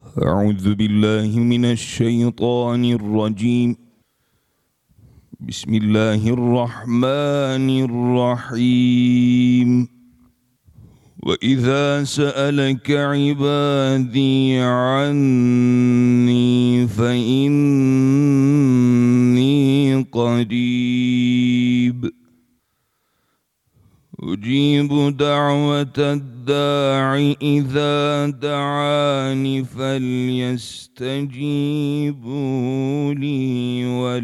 أعوذ بالله من الشيطان الرجيم. بسم الله الرحمن الرحيم. وإذا سألك عبادي عني فإني قريب أجيب دعوة الداع إذا دعاني فليستجيبوا لي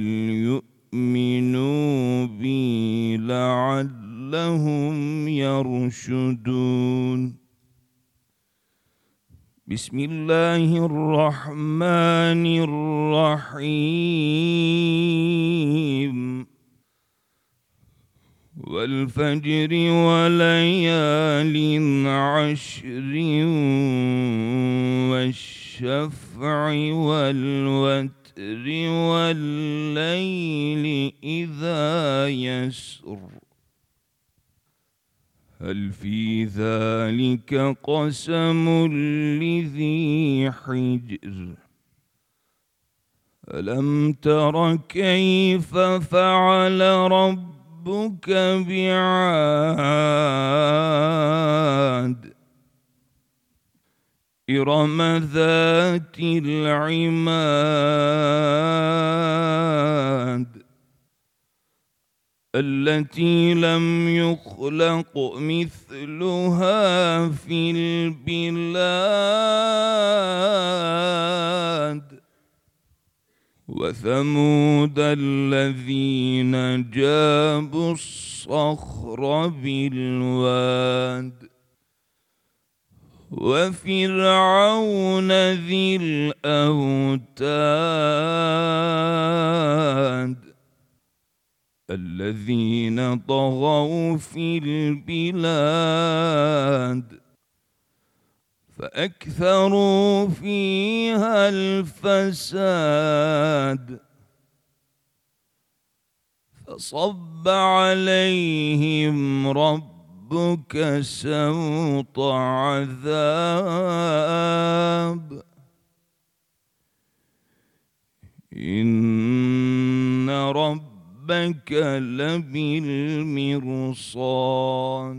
وليؤمنوا بي لعلهم يرشدون. بسم الله الرحمن الرحيم. والفجر وليال عشر والشفع والوتر والليل إذا يسر هل في ذلك قسم لذي حجر ألم تر كيف فعل ربك بعاد إرم ذات العماد التي لم يخلق مثلها في البلاد وثمود الذين جابوا الصخر بالواد وفرعون ذي الأوتاد الذين طغوا في البلاد فأكثروا فيها الفساد فصب عليهم ربك سوط عذاب إن ربك لبالمرصاد.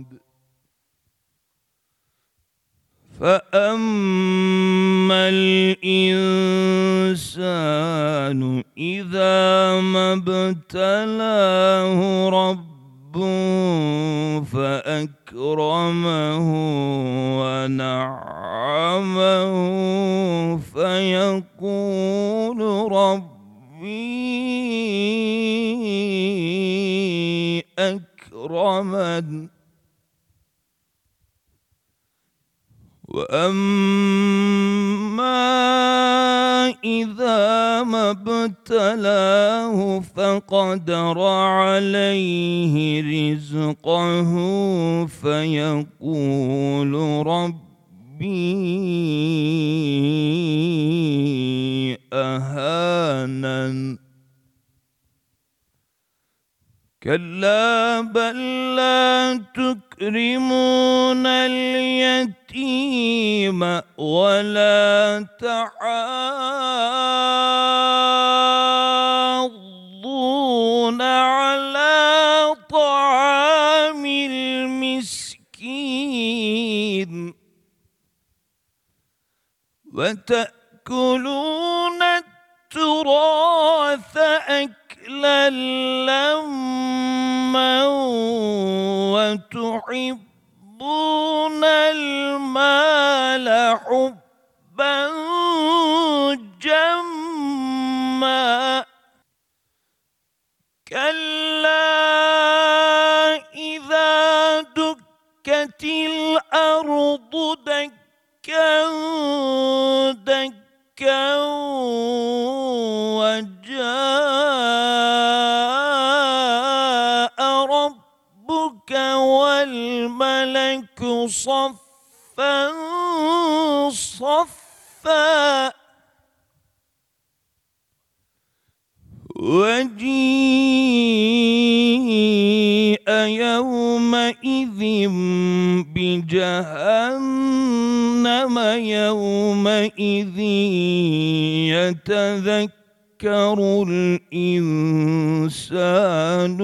فأما الإنسان إذا ما ابتلاه ربه فأكرمه ونعمه فيقول ربي أكرمن وأما إذا ما ابتلاه فقدر عليه رزقه فيقول ربي أهانن كلا بل لا تكرمون اليتيم ولا تحاضون على طعام المسكين وتأكلون التراث أكلا لما وتحبون المال حبا جما كلا إذا دكت الأرض دكا دكا وجاء ربك والملك صفا صفا وجيء يومئذ بجهنم يومئذ يتذكر الإنسان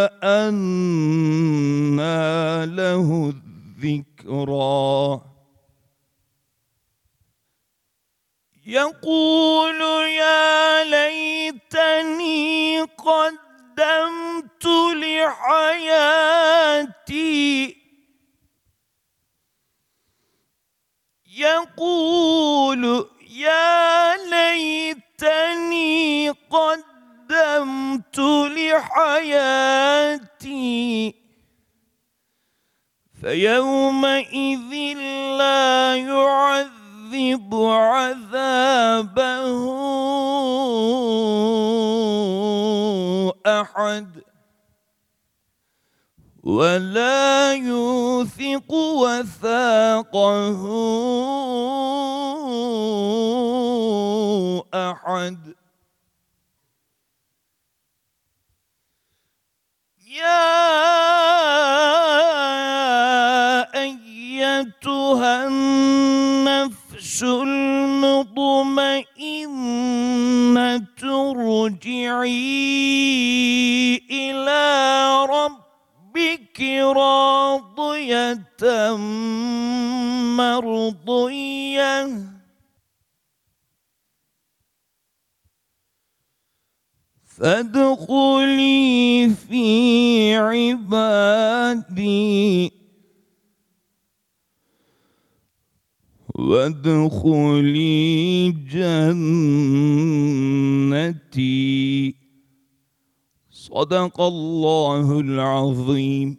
وأنى له الذكرى يقول يا ليتني قدمت لحياتي يقول يا ليتني قدمت لحياتي فيومئذ لا يعذب عذابه أحد ولا يوثق وثاقه أحد يا أيتها النفس المطمئنة ارجعي إلى ربك راضية مرضية فادخلي في عبادي وادخلي جنتي صدق الله العظيم.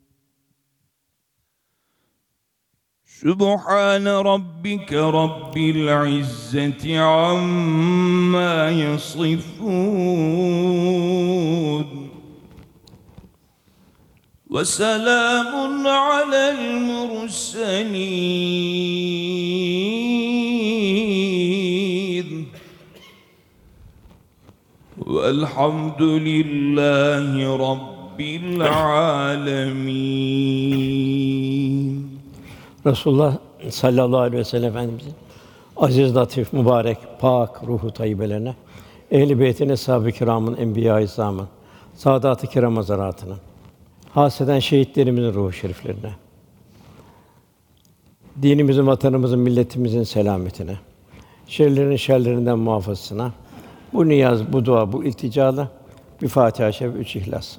سبحان ربك رب العزة عما يصفون وسلام على المرسلين والحمد لله رب العالمين. Resulullah sallallahu aleyhi ve sellem Efendimizin aziz, latif, mübarek, pak ruhu tayyibelerine, ehl-i beytin, eshab-ı kiramın, enbiya-i izamın, saadat-ı kiram hazaratının, hasreten şehitlerimizin ruhu şeriflerine, dinimizin, vatanımızın, milletimizin selametine, şerlerinden muhafazasına, bu niyaz, bu dua, bu ilticala bir Fatiha-i Şerif, 3 İhlas.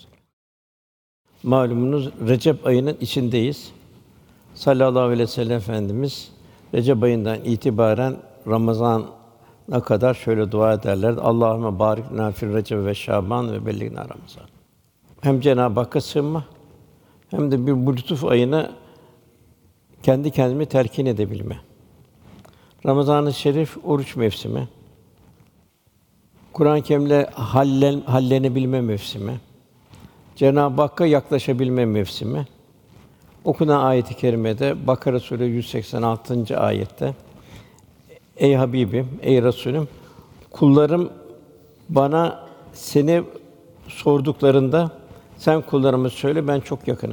Malumunuz Recep ayının içindeyiz. Sallallahu aleyhi ve sellem Efendimiz Recep ayından itibaren Ramazan'a kadar şöyle dua ederlerdi: Allahümme barik lena fi Recep ve Şaban ve bellighna Ramazan. Hem Cenab-ı Hakk'a sığınma, hem de bir bu lütuf ayını kendi kendime telkin edebilme. Ramazan-ı Şerif oruç mevsimi, Kur'an-ı Kerim'le hallenebilme mevsimi, Cenab-ı Hakk'a yaklaşabilme mevsimi. Okunan ayet-i kerimede Bakara Sûresi 186. ayette: Ey Habibim, ey Resulüm, kullarım bana seni sorduklarında sen kullarıma söyle, ben çok yakınım.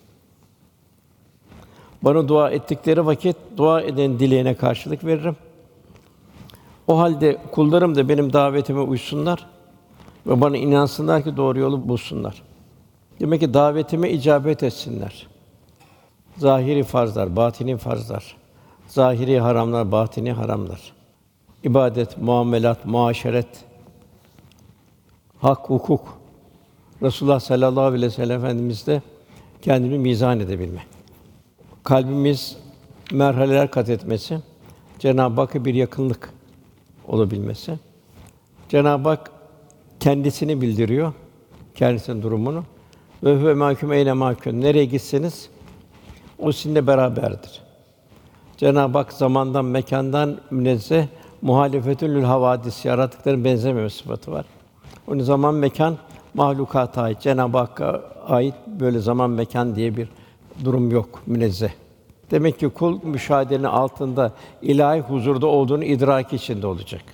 Bana dua ettikleri vakit dua eden dileyene karşılık veririm. O halde kullarım da benim davetime uysunlar ve bana inansınlar ki doğru yolu bulsunlar. Demek ki davetime icabet etsinler. Zahiri farzlar, batini farzlar. Zahiri haramlar, batini haramlar. İbadet, muamelat, muaşeret, hak, hukuk. Resulullah sallallahu aleyhi ve sellem Efendimiz de kendini mizan edebilme. Kalbimiz merhaleler kat etmesi, Cenab-ı Hakk'a bir yakınlık olabilmesi. Cenab-ı Hak kendisini bildiriyor, kendisinin durumunu. Ve huve mâkûm eyne mâ kuntum. Nereye gitseniz o sizinle beraberdir. Cenab-ı Hak zamandan, mekândan münezzeh, muhalefetül havadis, yaratıkların benzememe sıfatı var. Onun zaman, mekan mahlukata ait. Cenab-ı Hakk'a ait böyle zaman, mekan diye bir durum yok, münezzeh. Demek ki kul müşahedenin altında ilahi huzurda olduğunu idrak içinde olacak.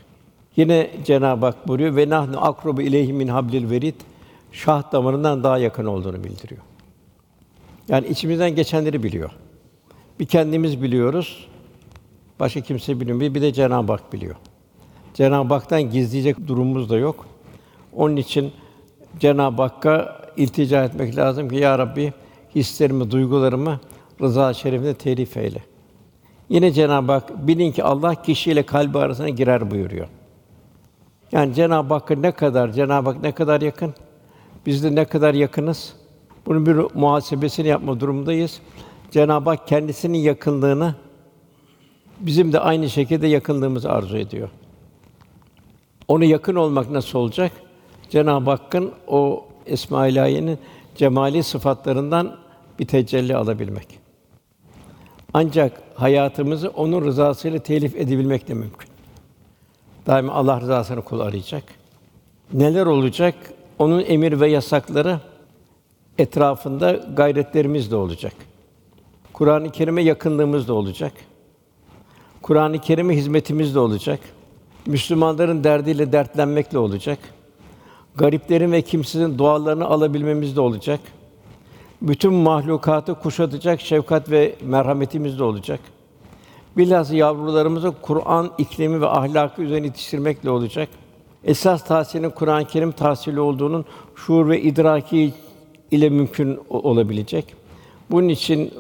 Yine Cenab-ı Hak buyuruyor ve nahnu akrabu ileyhi min hablil verid. Şah damarından daha yakın olduğunu bildiriyor. Yani içimizden geçenleri biliyor. Bir kendimiz biliyoruz, başka kimse bilmiyor. Bir de Cenab-ı Hak biliyor. Cenab-ı Hak'tan gizleyecek durumumuz da yok. Onun için Cenab-ı Hakk'a iltica etmek lazım ki ya Rabbi hislerimi, duygularımı rıza-i şerifine telif eyle. Yine Cenab-ı Hak bilin ki Allah kişiyle kalbi arasına girer buyuruyor. Yani Cenab-ı Hakk'a Cenab-ı Hak ne kadar yakın, biz de ne kadar yakınız. Bunun bir muhasebesini yapma durumundayız. Cenab-ı Hak kendisinin yakınlığını bizim de aynı şekilde yakınlığımızı arzu ediyor. Ona yakın olmak nasıl olacak? Cenab-ı Hakk'ın o Esma-i İlahiye'nin cemali sıfatlarından bir tecelli alabilmek. Ancak hayatımızı onun rızasıyla telif edebilmek de mümkün. Daima Allah rızasını kul arayacak. Neler olacak? Onun emir ve yasakları etrafında gayretlerimiz de olacak. Kur'an-ı Kerim'e yakınlığımız da olacak. Kur'an-ı Kerim'e hizmetimiz de olacak. Müslümanların derdiyle dertlenmekle olacak. Gariplerin ve kimsizin dualarını alabilmemiz de olacak. Bütün mahlukatı kuşatacak şefkat ve merhametimiz de olacak. Bilhassa yavrularımızı Kur'an iklimi ve ahlakı üzerine yetiştirmekle olacak. Esas tahsilin Kur'an-ı Kerim tahsili olduğunun şuur ve idraki ile mümkün olabilecek. Bunun için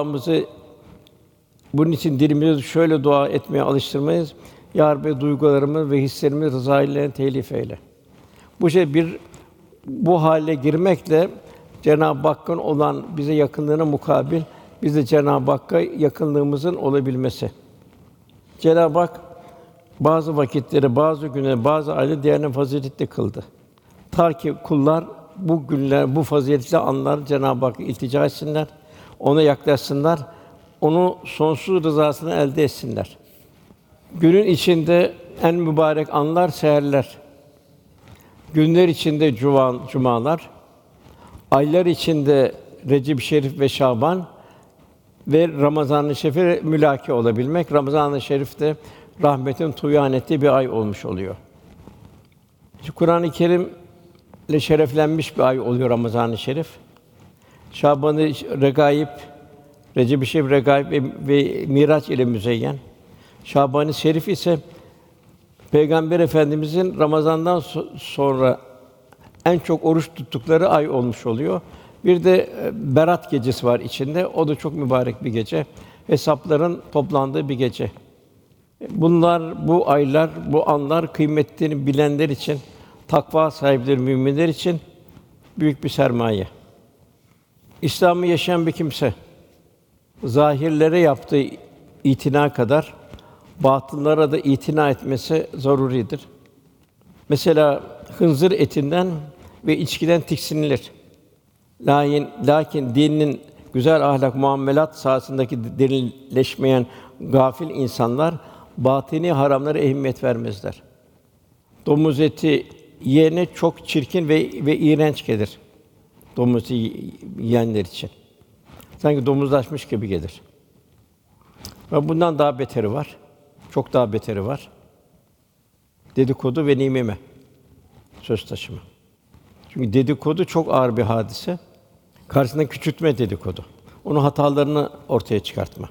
dilimizi şöyle dua etmeye alıştırmayız. Ya Rabbi duygularımı ve hislerimi rıza ile telif eyle. Bu hale girmekle Cenab-ı Hakk'ın olan bize yakınlığına mukabil biz de Cenab-ı Hakk'a yakınlığımızın olabilmesi. Cenab-ı Hak bazı vakitleri, bazı günleri, bazı ayları diğerine faziletli kıldı. Ta ki kullar bu günler, bu faziletli anlar Cenab-ı Hakk'a iltica etsinler, ona yaklaşsınlar, onu sonsuz rızasını elde etsinler. Günün içinde en mübarek anlar seherler. Günler içinde cumalar, aylar içinde Recep-i Şerif ve Şaban ve Ramazan-ı Şerif'e mülaki olabilmek. Ramazan-ı Şerif'te rahmetin tuğyan ettiği bir ay olmuş oluyor. Kur'an-ı Kerim'le şereflenmiş bir ay oluyor Ramazan-ı Şerif. Şaban-ı Regaib, Recep-i Şerif Regaib ve Miraç ile müzeyyen. Şaban-ı Şerif ise Peygamber Efendimizin Ramazan'dan sonra en çok oruç tuttukları ay olmuş oluyor. Bir de Berat gecesi var içinde. O da çok mübarek bir gece. Hesapların toplandığı bir gece. Bunlar, bu aylar, bu anlar kıymetini bilenler için, takva sahipleri müminler için büyük bir sermaye. İslam'ı yaşayan bir kimse zahirlere yaptığı itina kadar batınlara da itina etmesi zaruridir. Mesela hınzır etinden ve içkiden tiksinilir. Lakin dininin güzel ahlak, muamelat sahasındaki derinleşmeyen gafil insanlar batini haramlara ehemmiyet vermezler. Domuz eti yiyene çok çirkin ve iğrenç gelir. Domuz eti yiyenler için. Sanki domuzlaşmış gibi gelir. Ve bundan daha beteri var. Çok daha beteri var. Dedikodu ve nimime söz taşıma. Çünkü dedikodu çok ağır bir hadise. Karşısında küçültme dedikodu. Onun hatalarını ortaya çıkartma.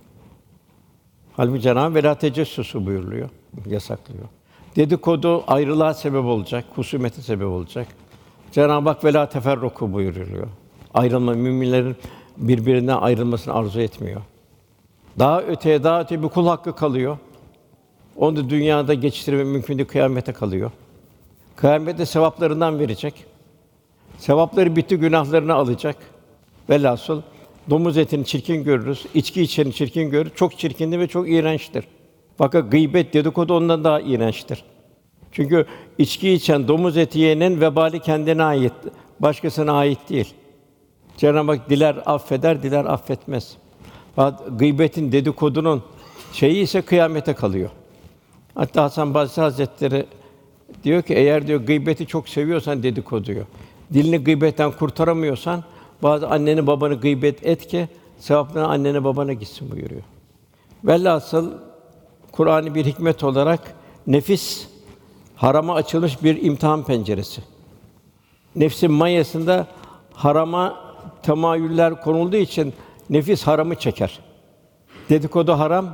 Halbuki Cenab-ı Hak velâ tecessüsü buyuruluyor, yasaklıyor. Dedikodu ayrılığa sebep olacak, husumete sebep olacak. Cenab-ı Hak velâ teferruku buyuruluyor. Ayrılma, müminlerin birbirinden ayrılmasını arzu etmiyor. Daha öte bir kul hakkı kalıyor. Onu da dünyada geçiştirme mümkün değil, kıyamete kalıyor. Kıyamette sevaplarından verecek. Sevapları bitti, günahlarını alacak. Velhasıl domuz etini çirkin görürüz, içki içeni çirkin görürüz. Çok çirkindir ve çok iğrençtir. Fakat gıybet, dedikodu ondan daha iğrençtir. Çünkü içki içen, domuz eti yiyenin vebali kendine ait, başkasına ait değil. Cenab-ı Hak diler affeder, diler affetmez. Fakat gıybetin, dedikodunun şeyi ise kıyamete kalıyor. Hatta Hasan Basri Hazretleri diyor ki eğer diyor gıybeti çok seviyorsan dedikoduyu, dilini gıybetten kurtaramıyorsan bazı anneni babanı gıybet et ki sevapların annene babana gitsin buyuruyor. Velhasıl Kur'an'ı bir hikmet olarak nefis Harama açılmış bir imtihan penceresi. Nefsin mayasında harama temayüller konulduğu için nefis haramı çeker. Dedikodu haram,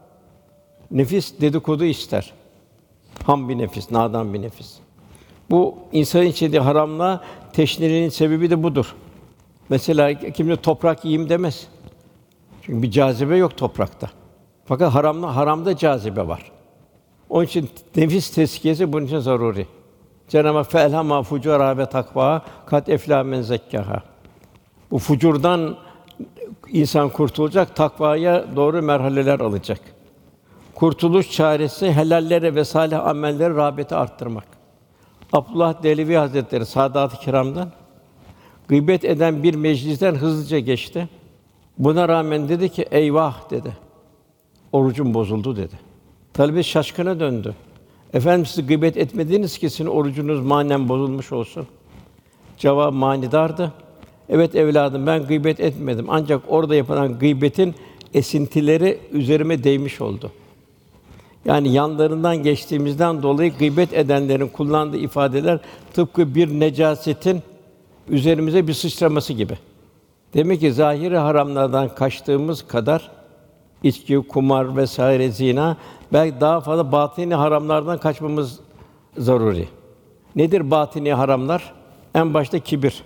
nefis dedikodu ister. Ham bir nefis, nadan bir nefis. Bu insanın içinde haramla teşneliğinin sebebi de budur. Mesela kimse toprak yiyeyim demez. Çünkü bir cazibe yok toprakta. Fakat haramda cazibe var. Onun için nefis tezkiyesi bunun için zaruri. Cenab-ı Hak "Feelhama fucura ve takva kat eflâ men zekkâhâ." Bu fucurdan insan kurtulacak, takvaya doğru merhaleler alacak. Kurtuluş çaresi helallere ve salih amellere rağbeti arttırmak. Abdullah Dehlevi Hazretleri Saadat-ı Kiram'dan gıybet eden bir meclisten hızlıca geçti. Buna rağmen dedi ki, "Eyvah!" dedi. "Orucum bozuldu." dedi. Talebe şaşkına döndü. "Efendim siz gıybet etmediniz ki sizin orucunuz manen bozulmuş olsun." Cevap manidardı. "Evet evladım, ben gıybet etmedim. Ancak orada yapılan gıybetin esintileri üzerime değmiş oldu." Yani yanlarından geçtiğimizden dolayı gıybet edenlerin kullandığı ifadeler tıpkı bir necasetin üzerimize bir sıçraması gibi. Demek ki zahiri haramlardan kaçtığımız kadar içki, kumar vesaire zina, belki daha fazla batini haramlardan kaçmamız zaruri. Nedir batini haramlar? En başta kibir.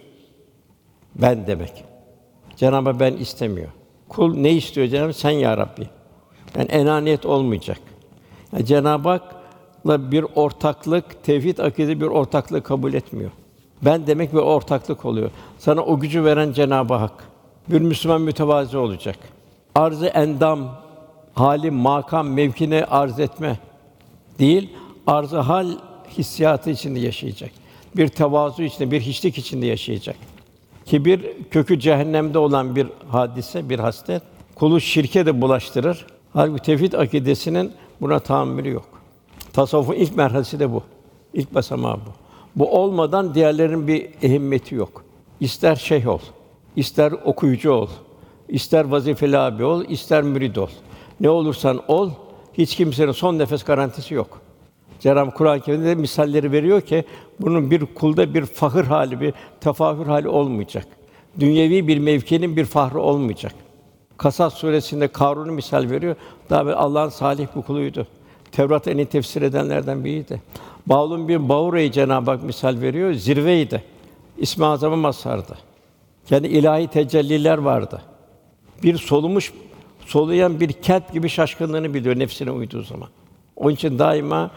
Ben demek. Cenab-ı Hak ben istemiyor. Kul ne istiyor Cenab-ı Hak? Sen ya Rabbi. Yani enaniyet olmayacak. Yani Cenab-ı Hak'la bir ortaklık, tevhid akide bir ortaklık kabul etmiyor. Ben demek bir ortaklık oluyor. Sana o gücü veren Cenab-ı Hak. Bir Müslüman mütevazı olacak. Arz-ı endam, hali makam, mevkine arz etme değil, arz-ı hal hissiyatı içinde yaşayacak. Bir tevazu içinde, bir hiçlik içinde yaşayacak. Kibir kökü cehennemde olan bir hadise, bir haslet. Kulu şirke de bulaştırır. Halbuki tevhid akidesinin buna tahammülü yok. Tasavvufun ilk merhalesi de bu. İlk basamağı bu. Bu olmadan diğerlerinin bir ehemmiyeti yok. İster şeyh ol, ister okuyucu ol, ister vazifeli abi ol, ister mürid ol. Ne olursan ol, hiç kimsenin son nefes garantisi yok. Cenab-ı Hak Kur'an-ı Kerim'de misalleri veriyor ki bunun bir kulda bir fahır hali, bir tefahür hali olmayacak. Dünyevi bir mevkinin bir fahrı olmayacak. Kasas suresinde Karun'u misal veriyor. Daha evvel Allah'ın salih bir kuluydu. Tevrat'ı en iyi tefsir edenlerden biriydi. Bâlûn bin Bâura'yı Cenab-ı Hak misal veriyor. Zirveydi. İsmi Azam'a mazhardı. Yani ilahi tecelliler vardı. Bir soluyan bir kelp gibi şaşkınlığını biliyor nefsine uyduğu zaman. Onun için daima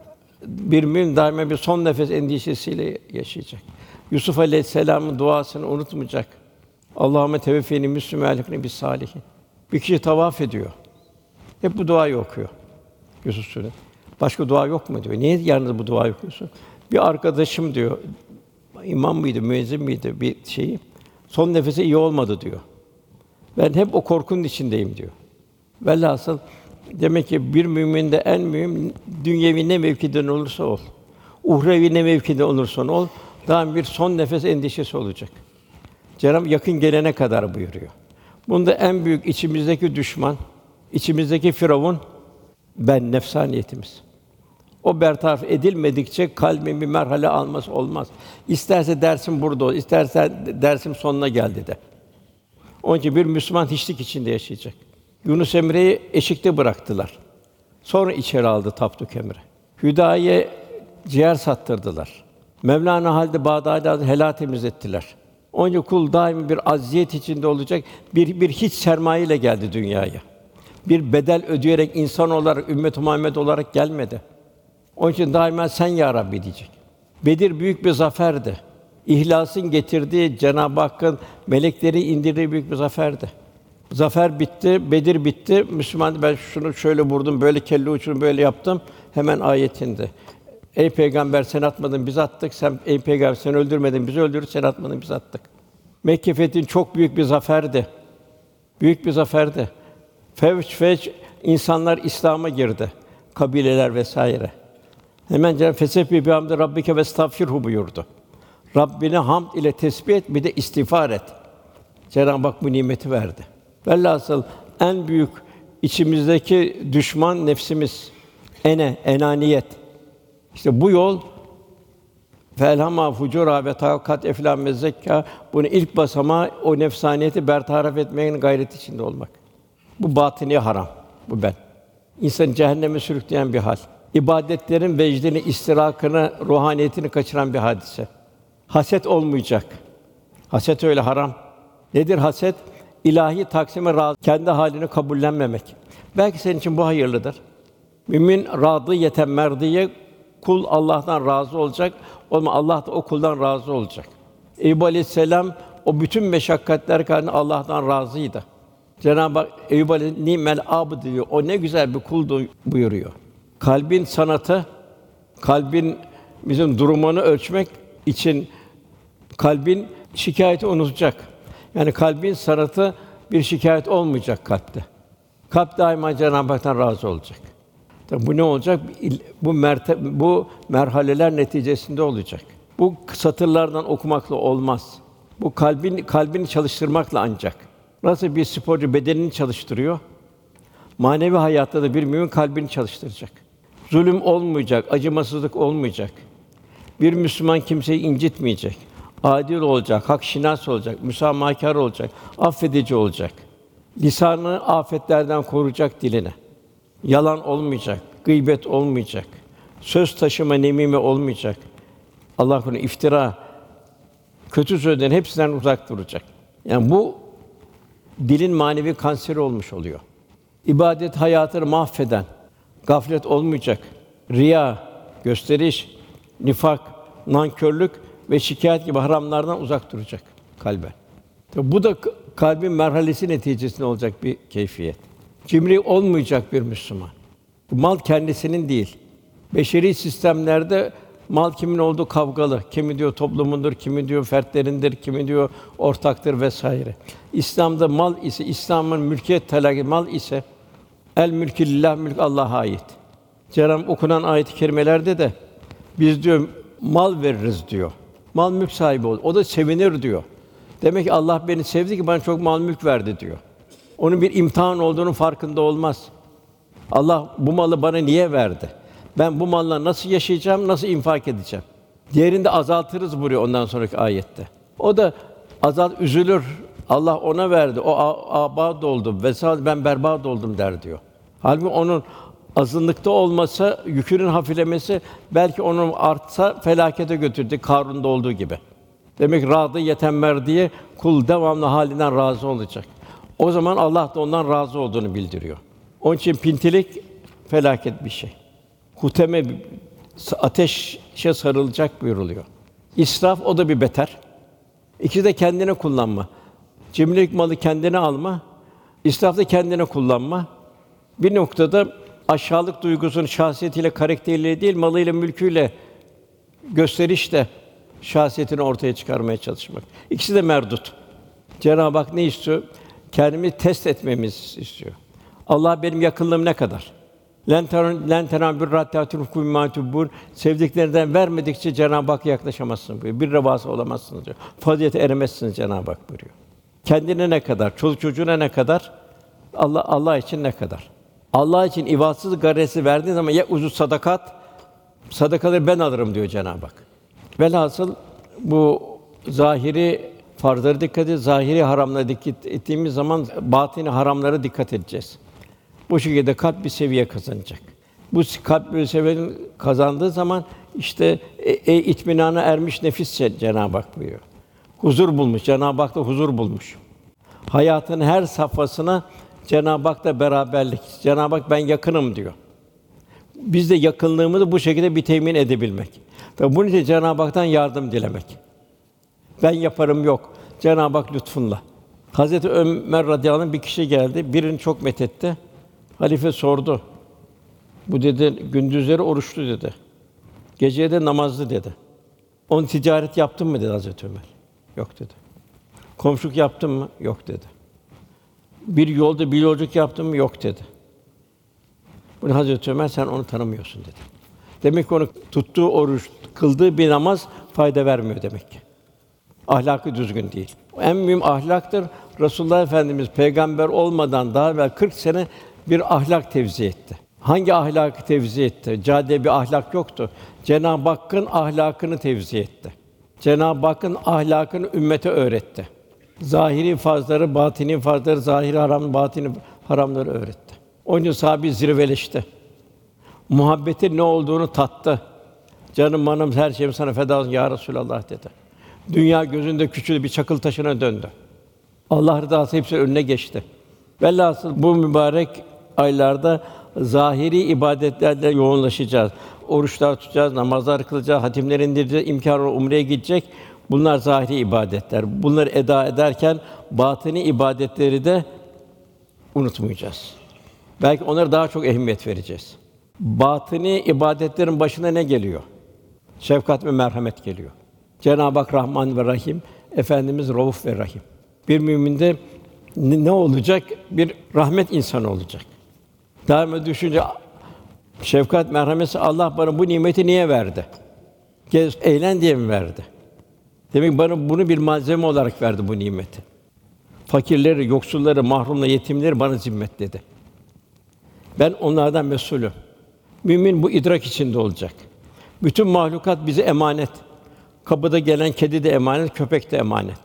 bir mümin daima bir son nefes endişesiyle yaşayacak. Yusuf Aleyhisselam'ın duasını unutmayacak. Allahümme teveffeni müslümen elhikni bis salihin. Bir kişi tavaf ediyor. Hep bu duayı okuyor. Yusuf Sûresi. Başka dua yok mu diyor. Niye yalnız bu duayı okuyorsun? Bir arkadaşım diyor, imam mıydı, müezzin miydi bir şeyi, son nefesi iyi olmadı diyor. Ben hep o korkunun içindeyim diyor. Velhasıl demek ki bir müminde en mühim dünyevi ne mevkiden olursa ol. Uhrevi ne mevkide olursan ol, daim bir son nefes endişesi olacak. Cenab-ı Hak yakın gelene kadar buyuruyor. Bunda en büyük içimizdeki düşman, içimizdeki firavun ben nefsaniyetimiz. O bertaraf edilmedikçe kalbin bir merhale alması olmaz. İsterse dersim burada ol, isterse dersim sonuna geldi de. Onun için bir Müslüman hiçlik içinde yaşayacak. Yunus Emre'yi eşikte bıraktılar. Sonra içeri aldı Tapduk Emre. Hüdayi'ye ciğer sattırdılar. Mevlana halde Bağdadi'de helal temizlettiler. Onun için kul daimi bir aziyet içinde olacak. Bir hiç sermaye ile geldi dünyaya. Bir bedel ödeyerek insan olarak ümmet-i Muhammed olarak gelmedi. Onun için daima sen ya Rabbi diyecek. Bedir büyük bir zaferdi. İhlasın getirdiği Cenab-ı Hakk'ın melekleri indirdiği büyük bir zaferdi. Zafer bitti, Bedir bitti. Müslüman ben şunu şöyle vurdum, böyle kelle uçurum, böyle yaptım. Hemen ayet indi. Ey peygamber sen atmadın biz attık. Sen ey peygamber sen öldürmedin bizi öldürdük. Sen atmadın biz attık. Mekke fethi çok büyük bir zaferdi. Büyük bir zaferdi. Fevç insanlar İslam'a girdi. Kabileler vesaire. Hemen Cenab-ı Fesebbi bi hamdi rabbike ve estağfirhu buyurdu. Rabbine hamd ile tesbih et, bir de istiğfar et. Cenab-ı Hak bu nimeti verdi. Velhasıl en büyük içimizdeki düşman nefsimiz. Enaniyet. İşte bu yol felhama fucura ve takat eflam ve zekka, bunun ilk basamağı o nefsaniyeti bertaraf etmenin gayreti içinde olmak. Bu batini haram, bu ben. İnsanı cehenneme sürükleyen bir hal. İbadetlerin vecdini, istirakını, ruhaniyetini kaçıran bir hadise. Haset olmayacak. Haset öyle haram. Nedir haset? İlahi taksime razı, kendi halini kabullenmemek. Belki senin için bu hayırlıdır. Mümin radiyeten merdiye, kul Allah'tan razı olacak. O zaman Allah da o kuldan razı olacak. Eyüp Aleyhisselam o bütün meşakkatler karşısında Allah'tan razıydı. Cenab-ı Hak Eyüp Aleyhisselam nimel abd diyor. O ne güzel bir kuldu buyuruyor. Kalbin sanatı, kalbin bizim durumunu ölçmek için kalbin şikâyeti unutacak. Yani kalbin sanatı bir şikâyet olmayacak kalpte. Kalp daima Cenab-ı Hak'tan razı olacak. Tabii bu ne olacak? Bu merhaleler neticesinde olacak. Bu satırlardan okumakla olmaz. Bu kalbini çalıştırmakla ancak. Nasıl bir sporcu bedenini çalıştırıyor, manevi hayatta da bir mümin kalbini çalıştıracak. Zulüm olmayacak, acımasızlık olmayacak. Bir Müslüman kimseyi incitmeyecek. Adil olacak, hakşinas olacak, müsamahakâr olacak, affedici olacak. Lisanını afetlerden koruyacak dilini. Yalan olmayacak, gıybet olmayacak. Söz taşıma, nemime olmayacak. Allah korusun iftira, kötü sözlerin hepsinden uzak duracak. Yani bu dilin manevi kanseri olmuş oluyor. İbadet hayatını mahveden, gaflet olmayacak. Riya, gösteriş, nifak, nankörlük ve şikâyet gibi haramlardan uzak duracak kalben. Tabi bu da kalbin merhalesi neticesinde olacak bir keyfiyet. Cimri olmayacak bir Müslüman. Mal kendisinin değil. Beşeri sistemlerde mal kimin olduğu kavgalı. Kimi diyor toplumundur, kimi diyor fertlerindir, kimi diyor ortaktır vesaire. İslam'da mal ise, İslam'ın mülkiyet talaki mal ise el mülkü lillah, mülk Allah'a ait. Cenab-ı okunan ayet-i kerimelerde de biz diyor mal veririz diyor. Mal mülk sahibi ol. O da sevinir diyor. Demek ki Allah beni sevdi ki bana çok mal mülk verdi diyor. Onun bir imtihan olduğunun farkında olmaz. Allah bu malı bana niye verdi? Ben bu malla nasıl yaşayacağım, nasıl infak edeceğim? Diğerinde azaltırız buyuruyor ondan sonraki ayette. O da üzülür. Allah ona verdi. O abad oldu. Vesal ben berbat oldum der diyor. Halbuki onun azınlıkta olmasa, yükünün hafiflemesi belki onun artsa felakete götürdü Karun'da olduğu gibi. Demek radiyeten merdiye, kul devamlı halinden razı olacak. O zaman Allah da ondan razı olduğunu bildiriyor. Onun için pintilik felaket bir şey. Huteme ateşe sarılacak buyuruluyor. İsraf o da bir beter. İkisi de kendine kullanma. Cimrilik malı kendine alma, israf da kendine kullanma. Bir noktada aşağılık duygusunu şahsiyetiyle, karakteriyle değil, malıyla, mülküyle gösterişle şahsiyetini ortaya çıkarmaya çalışmak. İkisi de merdut. Cenab-ı Hak ne istiyor? Kendimizi test etmemizi istiyor. Allah benim yakınlığım ne kadar? Len tenâbür rattâtû kummâtûbûn. Sevdiklerinden vermedikçe Cenab-ı Hakk'a yaklaşamazsın buyuruyor. Bir vasıl olamazsınız diyor. Fazilete eremezsiniz Cenab-ı Hak buyuruyor. Kendine ne kadar, çoluk çocuğuna ne kadar, Allah için ne kadar? Allah için ivatsız garesi verdiğin zaman ya uzun sadakaları ben alırım diyor Cenab-ı Hak. Velhasıl bu zahiri farzlara dikkat edeceğiz, zahiri haramlara dikkat ettiğimiz zaman batini haramlara dikkat edeceğiz. Bu şekilde kalp bir seviye kazanacak. Bu kalp bir seviyenin kazandığı zaman işte itminana ermiş nefis Cenab-ı Hak buyuruyor. Huzur bulmuş, Cenab-ı Hak da huzur bulmuş. Hayatın her safhasına Cenab-ı Hak'la beraberlik. Cenab-ı Hak ben yakınım diyor. Biz de yakınlığımızı bu şekilde bir temin edebilmek. Ve bunun için Cenab-ı Hak'tan yardım dilemek. Ben yaparım yok. Cenab-ı Hak lütfunla. Hazreti Ömer radıyallahu anh bir kişi geldi, birini çok methetti. Halife sordu. Bu dedi gündüzleri oruçlu dedi. Geceye de namazlı dedi. On ticaret yaptın mı dedi Hazreti Ömer. Yok dedi. Komşuluk yaptın mı? Yok dedi. Bir yolda bir yolculuk yaptın mı? Yok dedi. Bunu Hazreti Ömer sen onu tanımıyorsun dedi. Demek ki onu tuttuğu oruç, kıldığı bir namaz fayda vermiyor demek ki. Ahlakı düzgün değil. En mühim ahlaktır. Resulullah Efendimiz peygamber olmadan daha evvel 40 sene bir ahlak tevzi etti. Hangi ahlakı tevzi etti? Cadde bir ahlak yoktu. Cenab-ı Hakk'ın ahlakını tevzi etti. Cenab-ı Hakk'ın ahlakını ümmete öğretti. Zahiri farzları, batini farzları, zahiri haram, batini haramları öğretti. Onun için sahabe zirveleşti. Muhabbetin ne olduğunu tattı. Canım manım her şeyim sana feda olsun ya Resulallah dedi. Dünya gözünde küçüldü, bir çakıl taşına döndü. Allah rızası hepsi önüne geçti. Velhasıl bu mübarek aylarda zahiri ibadetlerle yoğunlaşacağız. Oruçlar tutacağız, namazlar kılacağız, hatimler indireceğiz, imkân olur umreye gidecek. Bunlar zahiri ibadetler. Bunları eda ederken batini ibadetleri de unutmayacağız. Belki onlara daha çok ehemmiyet vereceğiz. Batini ibadetlerin başına ne geliyor? Şefkat ve merhamet geliyor. Cenab-ı Hak Rahman ve Rahim, Efendimiz Rauf ve Rahim. Bir müminde ne olacak? Bir rahmet insanı olacak. Daima düşünce şefkat, merhameti Allah bana bu nimeti niye verdi? Gez, eğlen diye mi verdi? Demek ki bana bunu bir malzeme olarak verdi bu nimeti. Fakirleri, yoksulları, mahrumları, yetimleri bana zimmetledi. Ben onlardan mesulüm. Mümin bu idrak içinde olacak. Bütün mahlukat bize emanet. Kapıda gelen kedi de emanet, köpek de emanet.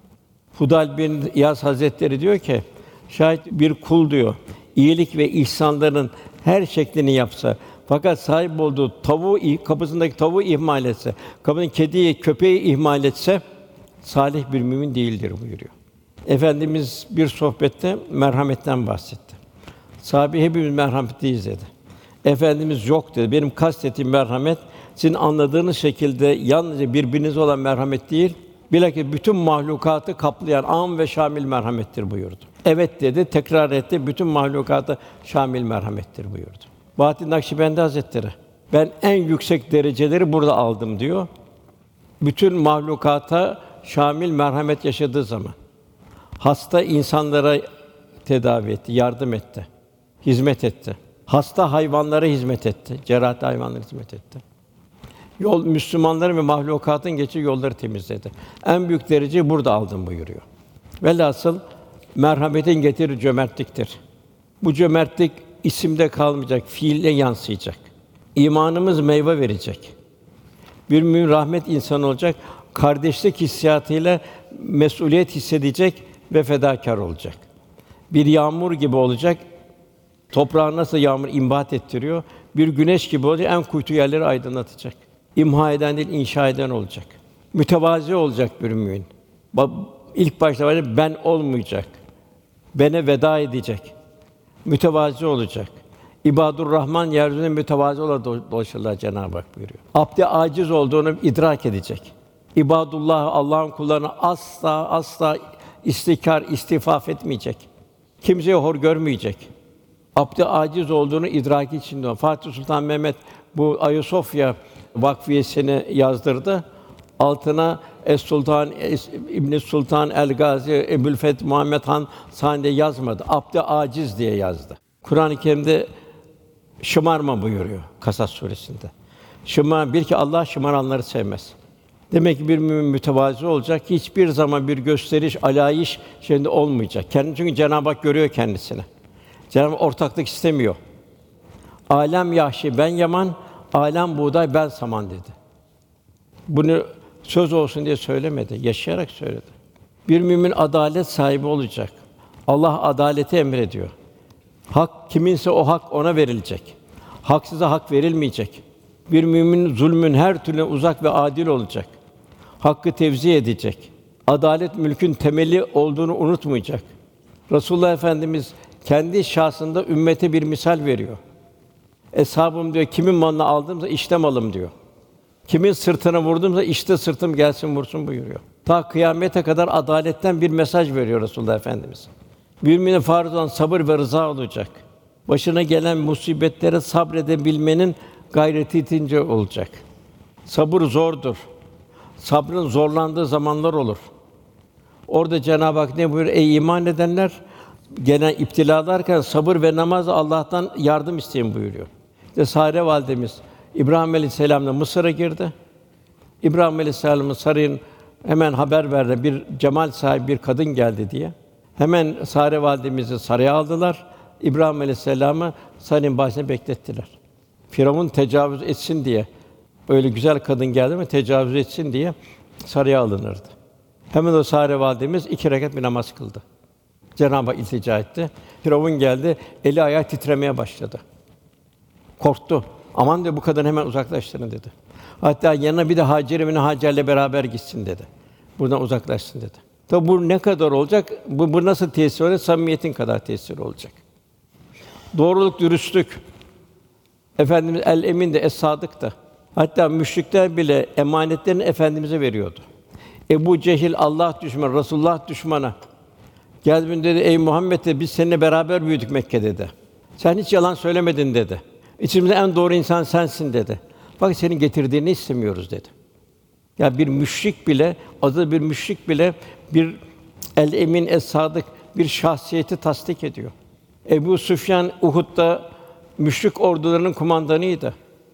Fudal bin İyaz Hazretleri diyor ki, şayet bir kul diyor, iyilik ve ihsanların her şeklini yapsa, fakat sahip olduğu kapısındaki tavuğu ihmal etse, kapının kediyi, köpeği ihmal etse, salih bir mümin değildir buyuruyor. Efendimiz bir sohbette merhametten bahsetti. Sahabe hepimiz merhametliyiz dedi. Efendimiz yok dedi. Benim kastettiğim merhamet sizin anladığınız şekilde yalnızca birbirinize olan merhamet değil, bilakis bütün mahlukatı kaplayan âm ve şamil merhamettir buyurdu. Evet dedi, tekrar etti. Bütün mahlukatı şamil merhamettir buyurdu. Bahattin Nakşibendi Hazretleri, ben en yüksek dereceleri burada aldım diyor. Bütün mahlukata şamil merhamet yaşadığı zaman hasta insanlara tedavi etti, yardım etti, hizmet etti. Hasta hayvanlara hizmet etti, cerrahi hayvanlara hizmet etti. Müslümanların ve mahlukatın geçici yolları temizledi. En büyük dereceyi burada aldım buyuruyor. Velhasıl merhametin getirdiği cömertliktir. Bu cömertlik isimde kalmayacak, fiille yansıyacak. İmanımız meyve verecek. Bir mümin rahmet insanı olacak, kardeşlik hissiyatıyla mesuliyet hissedecek ve fedakâr olacak. Bir yağmur gibi olacak. Toprağı nasıl yağmur imbat ettiriyor? Bir güneş gibi olacak, en kuytu yerleri aydınlatacak. İmha eden değil, inşa eden olacak. Mütevazi olacak bir mümin. İlk başta var ben olmayacak. Bene veda edecek. Mütevazi olacak. İbadur Rahman yeryüzünde mütevazi olarak dolaşırlar Cenab-ı Hak buyuruyor. Abd-i âciz olduğunu idrak edecek. İbadullah Allah'ın kullarına asla istikâr, istifaf etmeyecek. Kimseye hor görmeyecek. Abd-i âciz olduğunu idraki içinde. Fatih Sultan Mehmet bu Ayasofya vakfiyesini yazdırdı. Altına Es-Sultan İbn Sultan el-Gazi Ebu'l-Feth Muhammed Han sahnede yazmadı. Abd-i âciz diye yazdı. Kur'an-ı Kerim'de şımarma buyuruyor Kasas suresinde. Bil ki Allah şımaranları sevmez. Demek ki bir mümin mütevazı olacak. Hiçbir zaman bir gösteriş, alayiş şeyinde olmayacak. Çünkü Cenab-ı Hak görüyor kendisini. Cenab-ı Hak ortaklık istemiyor. Alem yahşi ben yaman, alem buğday ben saman dedi. Bunu söz olsun diye söylemedi, yaşayarak söyledi. Bir mümin adalet sahibi olacak. Allah adaleti emrediyor. Hak kiminse o hak ona verilecek. Haksıza hak verilmeyecek. Bir mümin zulmün her türlü uzak ve adil olacak. Hakkı tevzi edecek. Adalet mülkün temeli olduğunu unutmayacak. Resulullah Efendimiz kendi şahsında ümmete bir misal veriyor. Eshabım diyor, kimin malını aldımsa işte malım diyor. Kimin sırtına vurdumsa işte sırtım gelsin vursun buyuruyor. Ta kıyamete kadar adaletten bir mesaj veriyor Resulullah Efendimiz. Mümine farz olan sabır ve rıza olacak. Başına gelen musibetlere sabredebilmenin gayreti itince olacak. Sabır zordur. Sabrın zorlandığı zamanlar olur. Orada Cenab-ı Hak ne buyuruyor? Ey iman edenler, gelen iptilalarken sabır ve namazla Allah'tan yardım isteyin buyuruyor. İşte Sare validemiz İbrahim Aleyhisselam'la Mısır'a girdi. İbrahim Aleyhisselam'ın sarayın hemen haber verdi bir cemal sahibi bir kadın geldi diye. Hemen Sare validemizi saraya aldılar. İbrahim Aleyhisselam'ı sarayın bahçesinde beklettiler. Firavun tecavüz etsin diye, öyle güzel kadın geldi mi tecavüz etsin diye saraya alınırdı. Hemen o Sare validemiz 2 rekat bir namaz kıldı. Cenab-ı Hak iltica etti. Firavun geldi, eli ayağı titremeye başladı. Korktu. Aman dedi, bu kadını hemen uzaklaştırın dedi. Hatta yanına bir de Hacer ibn Hacer'le beraber gitsin dedi. Buradan uzaklaşsın dedi. Tabi bu ne kadar olacak? Bu nasıl tesir olacak? Samimiyetin kadar tesir olacak. Doğruluk, dürüstlük. Efendimiz el-emin de, es-sadık da. Hatta müşrikler bile emanetlerini efendimize veriyordu. Ebu Cehil Allah düşmanı, Resulullah düşmanı. Geldi dedi, ey Muhammed dedi, biz seninle beraber büyüdük Mekke'de dedi. Sen hiç yalan söylemedin dedi. İçimizde en doğru insan sensin dedi. Bak senin getirdiğini istemiyoruz dedi. Ya bir müşrik bile, adı bir müşrik bile bir el-emin, es-sadık bir şahsiyeti tasdik ediyor. Ebu Süfyan Uhud'da müşrik ordularının kumandanıydı.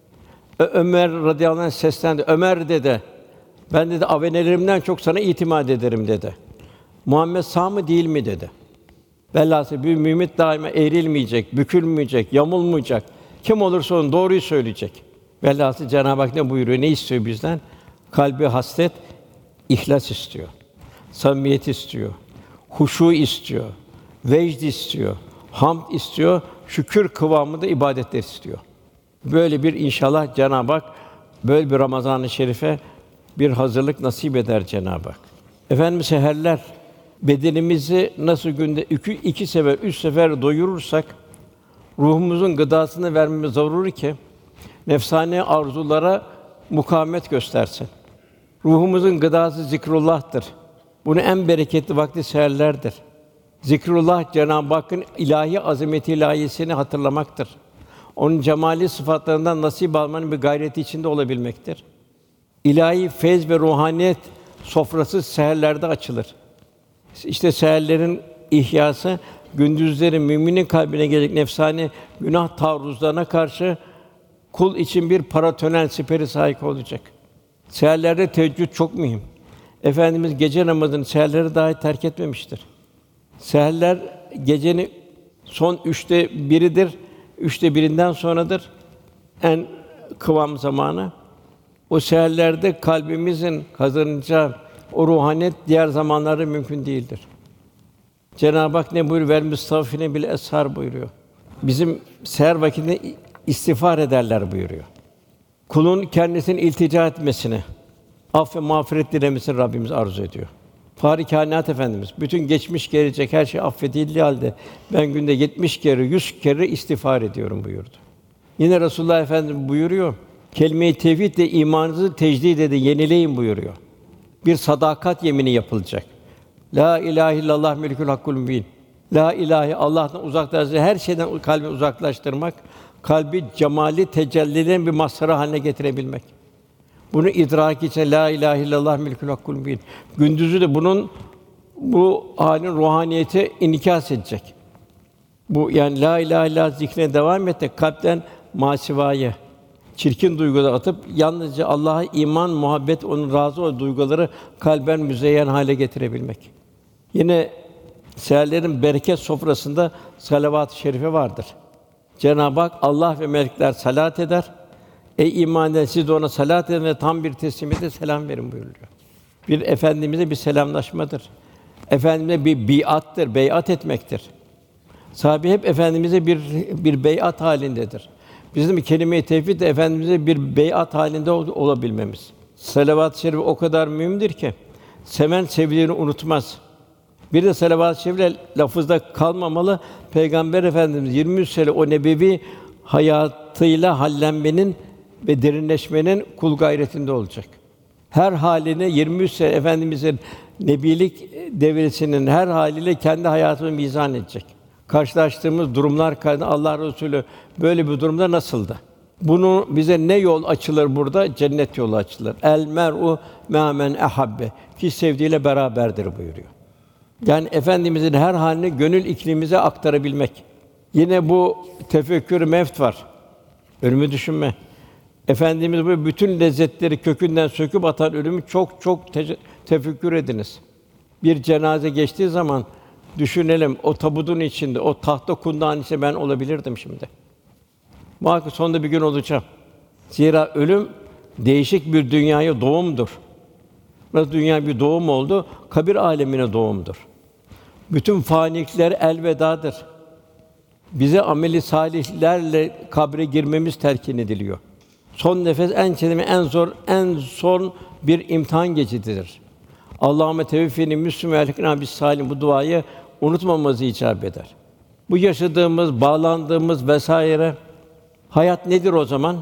Ömer radıyallahu anh seslendi. Ömer dedi, ben dedi avenelerimden çok sana itimat ederim dedi. Muhammed sağ mı değil mi dedi. Velhâsıl bir mümin daima eğrilmeyecek, bükülmeyecek, yamulmayacak. Kim olursa olsun doğruyu söyleyecek. Velhâsıl Cenab-ı Hak ne buyuruyor? Ne istiyor bizden? Kalbi hasret, ihlas istiyor. Samimiyet istiyor. Huşu istiyor. Vecd istiyor. Hamd istiyor. Şükür kıvamında ibadetler istiyor. Böyle bir inşallah Cenab-ı Hak böyle bir Ramazan-ı Şerif'e bir hazırlık nasip eder Cenab-ı Hak. Efendimiz seherler bedenimizi nasıl günde iki sefer, 3 sefer doyurursak ruhumuzun gıdasını vermemiz zaruri ki nefsani arzulara mukavemet göstersin. Ruhumuzun gıdası zikrullah'tır. Bunun en bereketli vakti seherlerdir. Zikrullah Cenab-ı Hakk'ın ilahi azameti ilahiyesini hatırlamaktır. Onun cemali sıfatlarından nasip almanın bir gayreti içinde olabilmektir. İlahi feyz ve ruhaniyet sofrası seherlerde açılır. İşte seherlerin ihyası gündüzleri müminin kalbine gelecek nefsani günah taarruzlarına karşı kul için bir paratonel siperi sahip olacak. Seherlerde teheccüd çok mühim. Efendimiz gece namazını seherleri dahi terk etmemiştir. Seherler gecenin son 1/3'üdür. 1/3'ünden sonradır en kıvam zamanı. O seherlerde kalbimizin kazanacağı o ruhaniyet diğer zamanlarda mümkün değildir. Cenab-ı Hak ne buyuruyor? "Vel müstağfirine bil eshar" buyuruyor. Bizim seher vakitinde istiğfar ederler buyuruyor. Kulun kendisine iltica etmesini, af ve mağfiret dilemesini Rabbimiz arzu ediyor. Fâr-ı Kâinat Efendimiz bütün geçmiş gelecek her şey affedildiği halde ben günde 70 kere 100 kere istiğfar ediyorum buyurdu. Yine Resulullah Efendimiz buyuruyor. Kelime-i tevhid ile imanınızı tecdid edin, yenileyin buyuruyor. Bir sadakat yemini yapılacak. La ilahe illallah melikul hakkul mübin. La ilahe Allah'tan uzaklaştırmak, her şeyden kalbi uzaklaştırmak, kalbi cemali tecellilerin bir mazharı haline getirebilmek. Bunu idrak için la ilahe illallah melikul hakkul mübin. Gündüzü de bu halin ruhaniyeti inikas edecek. Bu yani la ilahe illallah zikrine devam et de kalpten masivaya, çirkin duyguları atıp yalnızca Allah'a iman, muhabbet, onun razı olduğu duyguları kalben müzeyyen hale getirebilmek. Yine seherlerin bereket sofrasında salavat-ı şerife vardır. Cenab-ı Hak Allah ve melekler salat eder. Ey iman eden siz de ona salat edin ve tam bir teslimiyetle selam verin buyuruyor. Bir efendimize bir selamlaşmadır. Efendimize bir biattır, beyat etmektir. Sahabe hep efendimize bir beyat halindedir. Bizim kelime-i tevhid de efendimize bir beyat halinde olabilmemiz. Salavat-ı şerif o kadar mühimdir ki seven sevdiğini unutmaz. Bir de salavat-ı şerifle lafızda kalmamalı. Peygamber Efendimiz 23 sene o nebevi hayatıyla hallenmenin ve derinleşmenin kul gayretinde olacak. Her haline 23 sene Efendimizin nebilik devresinin her haliyle kendi hayatını mizan edecek. Karşılaştığımız durumlar karşısında Allah Resulü böyle bir durumda nasıldı? Bunu bize ne yol açılır burada? Cennet yolu açılır. El mer'u me'a men ehabbe. Ki sevdiğiyle beraberdir buyuruyor. Yani efendimizin her halini gönül iklimimize aktarabilmek. Yine bu tefekkür mevt var. Ölümü düşünme. Efendimiz bu bütün lezzetleri kökünden söküp atan ölümü çok tefekkür ediniz. Bir cenaze geçtiği zaman düşünelim o tabutun içinde, o tahta kundağın içinde ben olabilirdim şimdi. Muhakkak sonunda bir gün olacağım. Zira ölüm değişik bir dünyaya doğumdur. Nasıl dünya bir doğum oldu, kabir âlemine doğumdur. Bütün fanilikler elvedadır. Bize ameli salihlerle kabre girmemiz telkin ediliyor. Son nefes en çetin, en zor, en son bir imtihan geçididir. Allahümme teveffini müslüm ve elhikna bis salim bu duayı unutmamamızı icap eder. Bu yaşadığımız, bağlandığımız vesaire hayat nedir o zaman?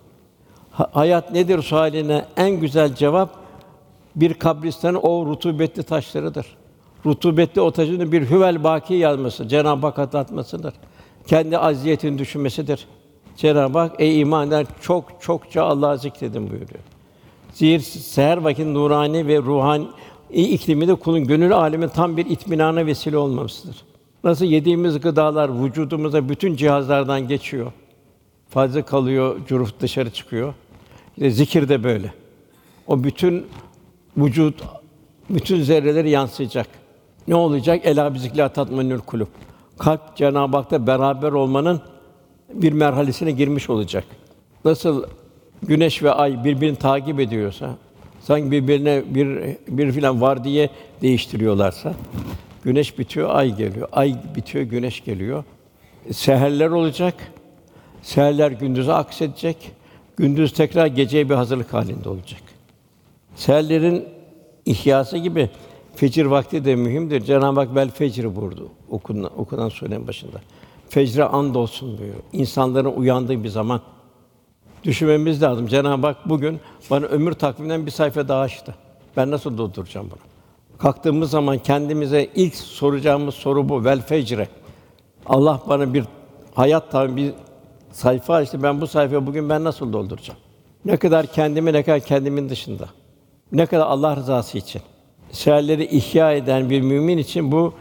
Hayat nedir sualine en güzel cevap bir kabristanın o rutubetli taşlarıdır. Rutubetli o taşın bir hüvel baki yazması, Cenab-ı Hak hatırlatmasıdır. Kendi aziyetini düşünmesidir. Cenab-ı Hak ey iman eden çokça Allah'ı zikredin buyuruyor. Zira seher vakit nurani ve ruhani ikliminde kulun gönül âlemi tam bir itminana vesile olmasıdır. Nasıl yediğimiz gıdalar vücudumuza bütün cihazlardan geçiyor. Fazla kalıyor, cüruf dışarı çıkıyor. İşte zikir de böyle. O bütün vücut, bütün zerreleri yansıyacak. Ne olacak? Elâ bizikrillahi tatma'innül kulûb. Kalp Cenab-ı Hak'ta beraber olmanın bir merhalesine girmiş olacak. Nasıl güneş ve ay birbirini takip ediyorsa, sanki birbirine bir filan var diye değiştiriyorlarsa, güneş bitiyor, ay geliyor. Ay bitiyor, güneş geliyor. Seherler olacak. Seherler gündüze aksedecek. Gündüz tekrar geceye bir hazırlık halinde olacak. Seherlerin ihyası gibi fecir vakti de mühimdir. Cenab-ı Hak vel fecri buyurdu okunan surenin başında. Fecre andolsun buyuruyor. İnsanların uyandığı bir zaman. Düşünmemiz lazım. Cenab-ı Hak bugün bana ömür takviminden bir sayfa daha açtı. Ben nasıl dolduracağım bunu? Kalktığımız zaman kendimize ilk soracağımız soru bu. Vel fecre. Allah bana bir hayat takvimi, bir sayfa açtı. Ben bu sayfayı bugün nasıl dolduracağım? Ne kadar kendimi, ne kadar kendimin dışında. Ne kadar Allah rızası için. Seherleri ihya eden bir mümin için bu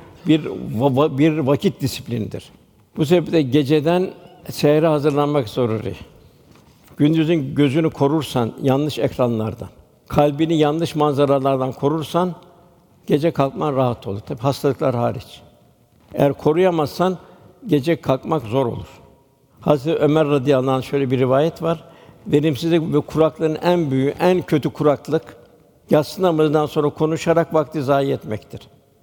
bir vakit disiplinidir. Bu sebeple geceden sehre hazırlanmak zaruri. Gündüzün gözünü korursan yanlış ekranlardan, kalbini yanlış manzaralardan korursan gece kalkman rahat olur. Tabii hastalıklar hariç. Eğer koruyamazsan gece kalkmak zor olur. Hazreti Ömer radıyallahu anh şöyle bir rivayet var. Verimsizlik ve kuraklığın en büyüğü, en kötü kuraklık yatsı namazından sonra konuşarak vakti zayi etmektir.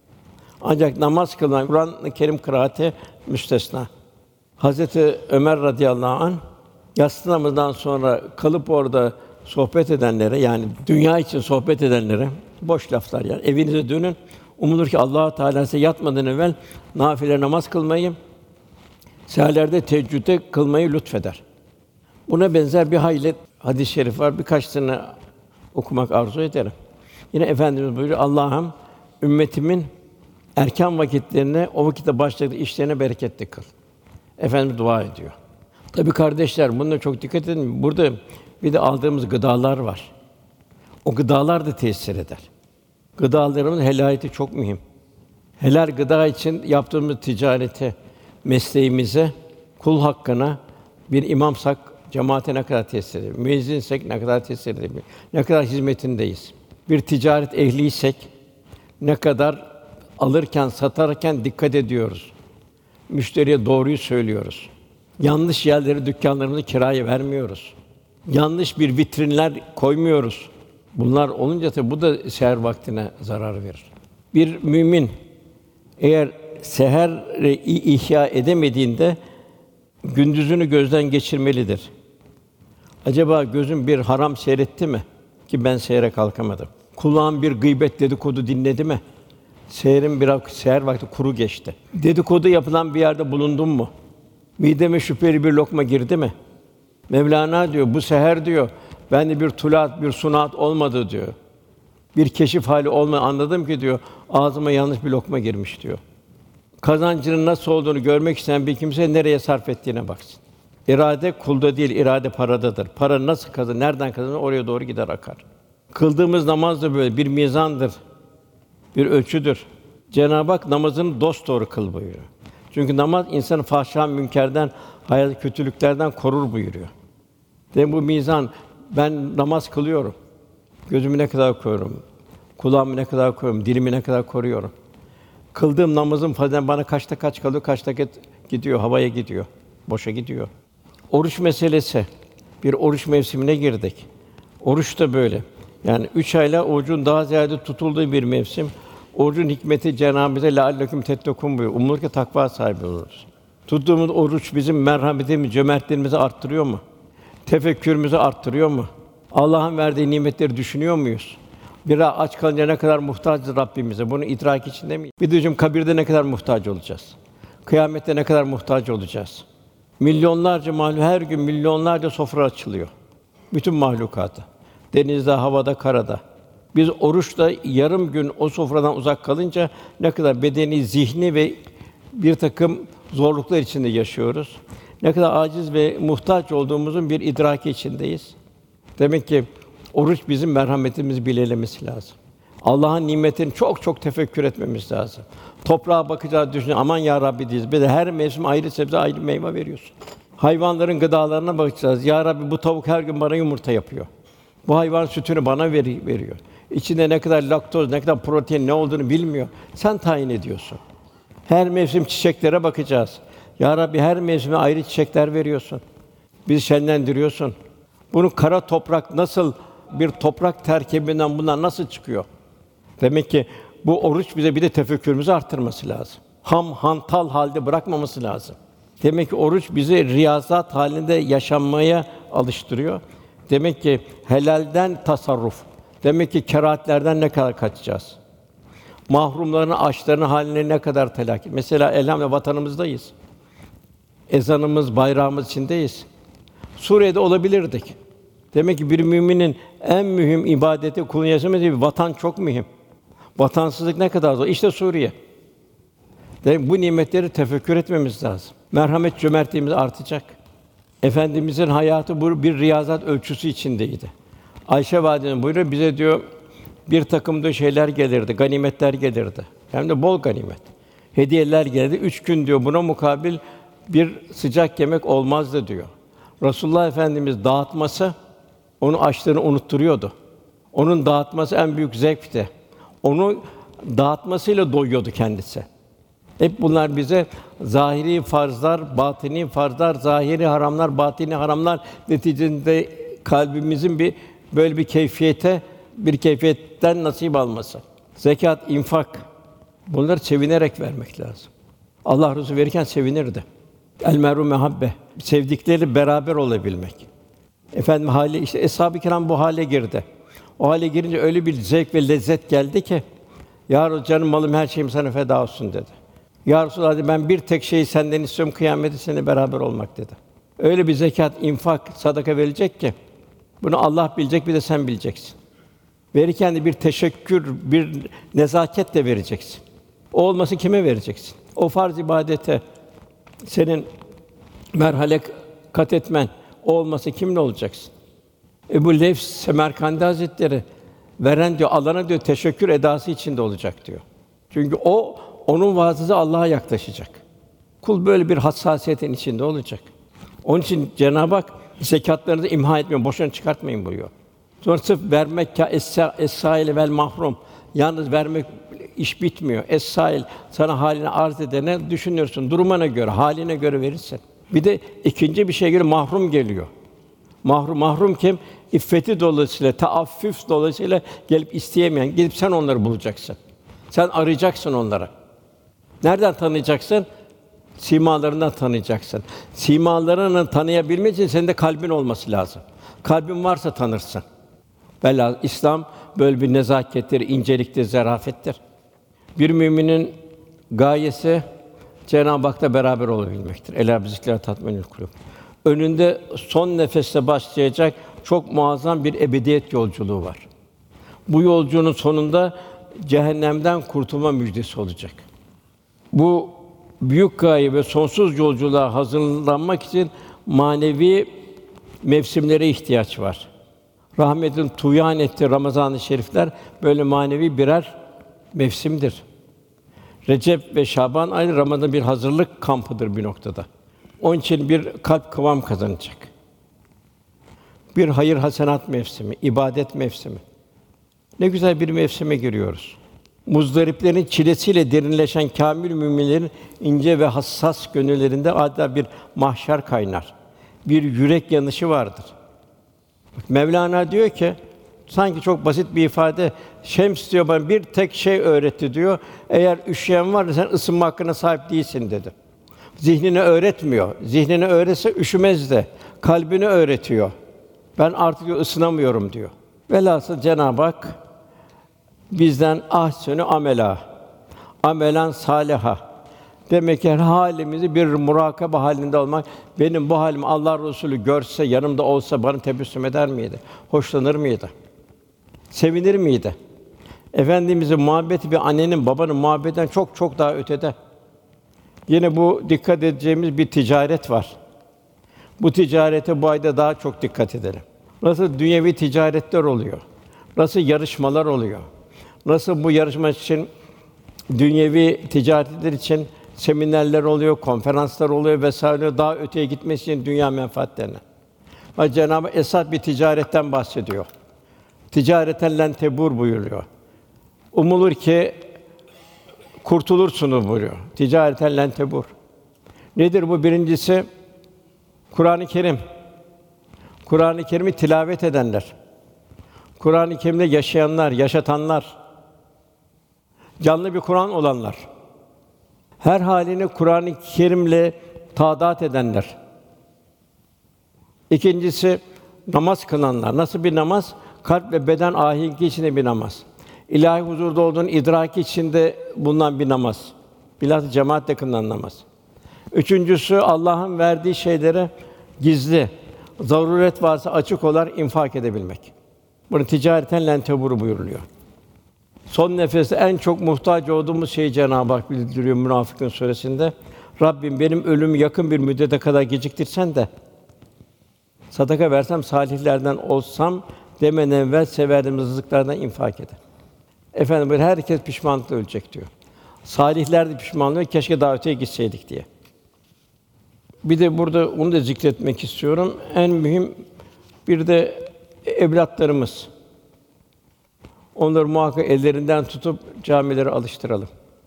Ancak namaz kılan Kur'an-ı Kerim kıraati müstesna. Hazreti Ömer radıyallahu anh yatsı namazından sonra kalıp orada sohbet edenlere, yani dünya için sohbet edenlere, boş laflar yani, evinize dönün. Umulur ki Allah Teala size yatmadan evvel nafile namaz kılmayı, seherlerde teheccüde kılmayı lütfeder. Buna benzer bir hayli hadis-i şerif var. Birkaç tane okumak arzu ederim. Yine Efendimiz buyuruyor: Allah'ım ümmetimin erken vakitlerine, o vakitte başladığı işlerine bereketli kıl. Efendimiz dua ediyor. Tabii kardeşler, buna çok dikkat edin. Burada bir de aldığımız gıdalar var. O gıdalar da tesir eder. Gıdalarımızın helaliyeti çok mühim. Helal gıda için yaptığımız ticarete, mesleğimize, kul hakkına bir imamsak cemaate ne kadar tesir ediyor? Müezzinsek ne kadar tesir ediyor? Ne kadar hizmetindeyiz? Bir ticaret ehliysek ne kadar alırken, satarken dikkat ediyoruz? Müşteriye doğruyu söylüyoruz. Yanlış yerlere dükkânlarımızı kiraya vermiyoruz. Yanlış bir vitrinler koymuyoruz. Bunlar olunca tabii bu da seher vaktine zarar verir. Bir mümin eğer seheri ihya edemediğinde gündüzünü gözden geçirmelidir. Acaba gözüm bir haram seyretti mi ki ben sehre kalkamadım? Kulağım bir gıybet dedikodu dinledi mi? Seher vakti kuru geçti. Dedikodu yapılan bir yerde bulundum mu? Mideme şüpheli bir lokma girdi mi? Mevlana diyor, bu seher diyor, bende bir tulat, bir sunat olmadı diyor. Bir keşif hali olmadı, anladım ki diyor, ağzıma yanlış bir lokma girmiş diyor. Kazancının nasıl olduğunu görmek isteyen bir kimse nereye sarf ettiğine baksın. İrade kulda değil, irade paradadır. Para nasıl kazanır, nereden kazanır, oraya doğru gider akar. Kıldığımız namaz da böyle bir mizandır, bir ölçüdür. Cenab-ı Hak namazını dosdoğru kıl buyuruyor. Çünkü namaz insanı fahşâ münkerden, hayal kötülüklerden korur buyuruyor. Demek bu mizan, ben namaz kılıyorum. Gözümü ne kadar koruyorum? Kulağımı ne kadar koruyorum? Dilimi ne kadar koruyorum? Kıldığım namazın fazileti bana kaçta kaç kalıyor, kaçta gidiyor, havaya gidiyor, boşa gidiyor. Oruç meselesi. Bir oruç mevsimine girdik. Oruç da böyle. Yani 3 ayla orucun daha ziyade tutulduğu bir mevsim. Orucun hikmeti Cenab-ı bize "Lealleküm tettekûn" buyuruyor. Umulur ki takva sahibi oluruz. Tuttuğumuz oruç bizim merhametimizi, cömertliğimizi arttırıyor mu? Tefekkürümüzü arttırıyor mu? Allah'ın verdiği nimetleri düşünüyor muyuz? Biraz aç kalınca ne kadar muhtacız Rabbimize. Bunu idrak içinde miyiz? Bir de kabirde ne kadar muhtaç olacağız? Kıyamette ne kadar muhtaç olacağız? Milyonlarca her gün milyonlarca sofra açılıyor. Bütün mahlukata. Denizde, havada, karada. Biz oruçla yarım gün o sofradan uzak kalınca ne kadar bedeni, zihni ve bir takım zorluklar içinde yaşıyoruz. Ne kadar aciz ve muhtaç olduğumuzun bir idraki içindeyiz. Demek ki oruç bizim merhametimizi bilelemesi lazım. Allah'ın nimetini çok çok tefekkür etmemiz lazım. Toprağa bakacağız, düşüneceğiz. Aman ya Rabbi diyeceğiz. Bir de her mevsim ayrı sebze, ayrı meyve veriyorsun. Hayvanların gıdalarına bakacağız. Ya Rabbi bu tavuk her gün bana yumurta yapıyor. Bu hayvan sütünü bana veriyor. İçinde ne kadar laktoz, ne kadar protein ne olduğunu bilmiyor. Sen tayin ediyorsun. Her mevsim çiçeklere bakacağız. Ya Rabbi her mevsime ayrı çiçekler veriyorsun. Bizi şenlendiriyorsun. Bunu kara toprak nasıl bir toprak terkibinden bunlar nasıl çıkıyor? Demek ki bu oruç bize bir de tefekkürümüzü arttırması lazım. Hantal halde bırakmaması lazım. Demek ki oruç bizi riyazat halinde yaşanmaya alıştırıyor. Demek ki helalden tasarruf. Demek ki kerahatlerden ne kadar kaçacağız? Mahrumların, açların haline ne kadar telakki. Mesela elhamdülillah vatanımızdayız. Ezanımız, bayrağımız içindeyiz. Suriye'de olabilirdik. Demek ki bir müminin en mühim ibadeti kulun yaşaması gibi vatan çok mühim. Vatansızlık ne kadar zor. İşte Suriye. Demek bu nimetleri tefekkür etmemiz lazım. Merhamet, cömertliğimiz artacak. Efendimizin hayatı bu bir riyazat ölçüsü içindeydi. Ayşe validemiz buyuruyor bize diyor bir takım da şeyler gelirdi, ganimetler gelirdi. Hem de bol ganimet. Hediyeler gelirdi. 3 gün diyor buna mukabil bir sıcak yemek olmazdı diyor. Resulullah Efendimiz dağıtması onu açlığını unutturuyordu. Onun dağıtması en büyük zevkti. Onu dağıtmasıyla doyuyordu kendisi. Hep bunlar bize zahiri farzlar, batini farzlar, zahiri haramlar, batini haramlar neticesinde kalbimizin böyle bir keyfiyetten nasip alması. Zekat, infak bunları sevinerek vermek lazım. Allah Resulü verirken sevinirdi. El meru mehabbe. Sevdikleri beraber olabilmek. Efendim işte Eshab-ı Kiram bu hale girdi. O hale girince öyle bir zevk ve lezzet geldi ki "Ya Resulallah, canım malım her şeyim sana feda olsun." dedi. "Ya Resulallah," dedi, "ben bir tek şeyi senden istiyorum, kıyamette seninle beraber olmak." dedi. Öyle bir zekat, infak, sadaka verilecek ki bunu Allah bilecek, bir de sen bileceksin. Verirken de bir teşekkür, bir nezaketle vereceksin. O olması kime vereceksin? O farz ibadete senin merhale kat etmen, o olması kimle olacaksın? Ebu Levs Semerkandi Hazretleri veren diyor, alana diyor teşekkür edası içinde olacak diyor. Çünkü onun vasıtası Allah'a yaklaşacak. Kul böyle bir hassasiyetin içinde olacak. Onun için Cenab-ı Hak zekâtlarınızı imha etmeyin, boşuna çıkartmayın buyuruyor. Sonra sırf vermek ka es-sâil vel mahrum. Yalnız vermek iş bitmiyor. Es-sâil sana halini arz edene düşünürsün. Durumuna göre, haline göre verirsin. Bir de ikinci bir şeye göre mahrum geliyor. Mahrum kim? İffeti dolayısıyla, taaffüf dolayısıyla gelip isteyemeyen, gidip sen onları bulacaksın. Sen arayacaksın onları. Nereden tanıyacaksın? Simalarından tanıyacaksın. Simalarını tanıyabilmek için senin de kalbin olması lazım. Kalbin varsa tanırsın. Velhâsıl İslam böyle bir nezakettir, inceliktir, zarafettir. Bir müminin gayesi Cenab-ı Hak'la beraber olabilmektir. Elâ bizikre tatmenül kulûb. Önünde son nefeste başlayacak çok muazzam bir ebediyet yolculuğu var. Bu yolculuğun sonunda cehennemden kurtulma müjdesi olacak. Bu büyük gaye ve sonsuz yolculuğa hazırlanmak için manevi mevsimlere ihtiyaç var. Rahmetin tuyan ettiği Ramazan-ı Şerifler böyle manevi birer mevsimdir. Recep ve Şaban ayı Ramazan bir hazırlık kampıdır bir noktada. Onun için bir kalp kıvam kazanacak. Bir hayır hasenat mevsimi, ibadet mevsimi. Ne güzel bir mevsime giriyoruz. Muzdariplerin çilesiyle derinleşen kâmil müminlerin ince ve hassas gönüllerinde adeta bir mahşer kaynar. bir yürek yanışı vardır. Mevlana diyor ki, sanki çok basit bir ifade, Şems diyor bana bir tek şey öğretti diyor. Eğer üşüyen varsa sen ısınma hakkına sahip değilsin dedi. Zihnini öğretmiyor. Zihnini öğretse üşümez de. Kalbini öğretiyor. Ben artık diyor, ısınamıyorum diyor. Velhasıl Cenab-ı Hak bizden ahsenü amela, amelen saliha. Demek ki her halimizi bir murakabe halinde olmak. Benim bu halimi Allah Resulü görse, yanımda olsa bana tebessüm eder miydi? Hoşlanır mıydı? Sevinir miydi? Efendimizin muhabbeti bir annenin, babanın muhabbetinden çok çok daha ötede. Yine bu dikkat edeceğimiz bir ticaret var. Bu ticarete bu ayda daha çok dikkat edelim. Nasıl dünyevi ticaretler oluyor? Nasıl yarışmalar oluyor? Nasıl bu yarışma için dünyevi ticaretler için seminerler oluyor, konferanslar oluyor vesaire, daha öteye gitmesi için dünya menfaatlerine. Ve Cenab-ı Hak esas bir ticaretten bahsediyor. Ticareten len tebur buyuruyor. Umulur ki kurtulursunuz buyuruyor. Ticareten len tebur. Nedir bu? Birincisi Kur'an-ı Kerim. Kur'an-ı Kerim'i tilavet edenler. Kur'an-ı Kerim'de yaşayanlar, yaşatanlar. Canlı bir Kur'an olanlar. Her halini Kur'an-ı Kerim'le taadat edenler. İkincisi namaz kılanlar. Nasıl bir namaz? Kalp ve beden ahengi içinde bir namaz. İlahi huzurda olduğunu idraki içinde bulunan bir namaz. Bilhassa cemaatle kılınan namaz. Üçüncüsü Allah'ın verdiği şeylere gizli, zaruret varsa açık olarak infak edebilmek. Bunu ticareten len teburu buyuruluyor. Son nefeste en çok muhtaç olduğumuz şeyi Cenab-ı Hak bildiriyor Münafıkun suresinde. Rabbim benim ölümü yakın bir müddete kadar geciktirsen de sadaka versem, salihlerden olsam demeden evvel severdiğim rızıklardan infak eder. Efendim böyle herkes pişmanlıkla ölecek diyor. Salihler de pişmanlıyor, keşke daha öteye gitseydik diye. Bir de burada onu da zikretmek istiyorum. En mühim bir de evlatlarımız. Onları muhakkak ellerinden tutup camilere alıştıralım.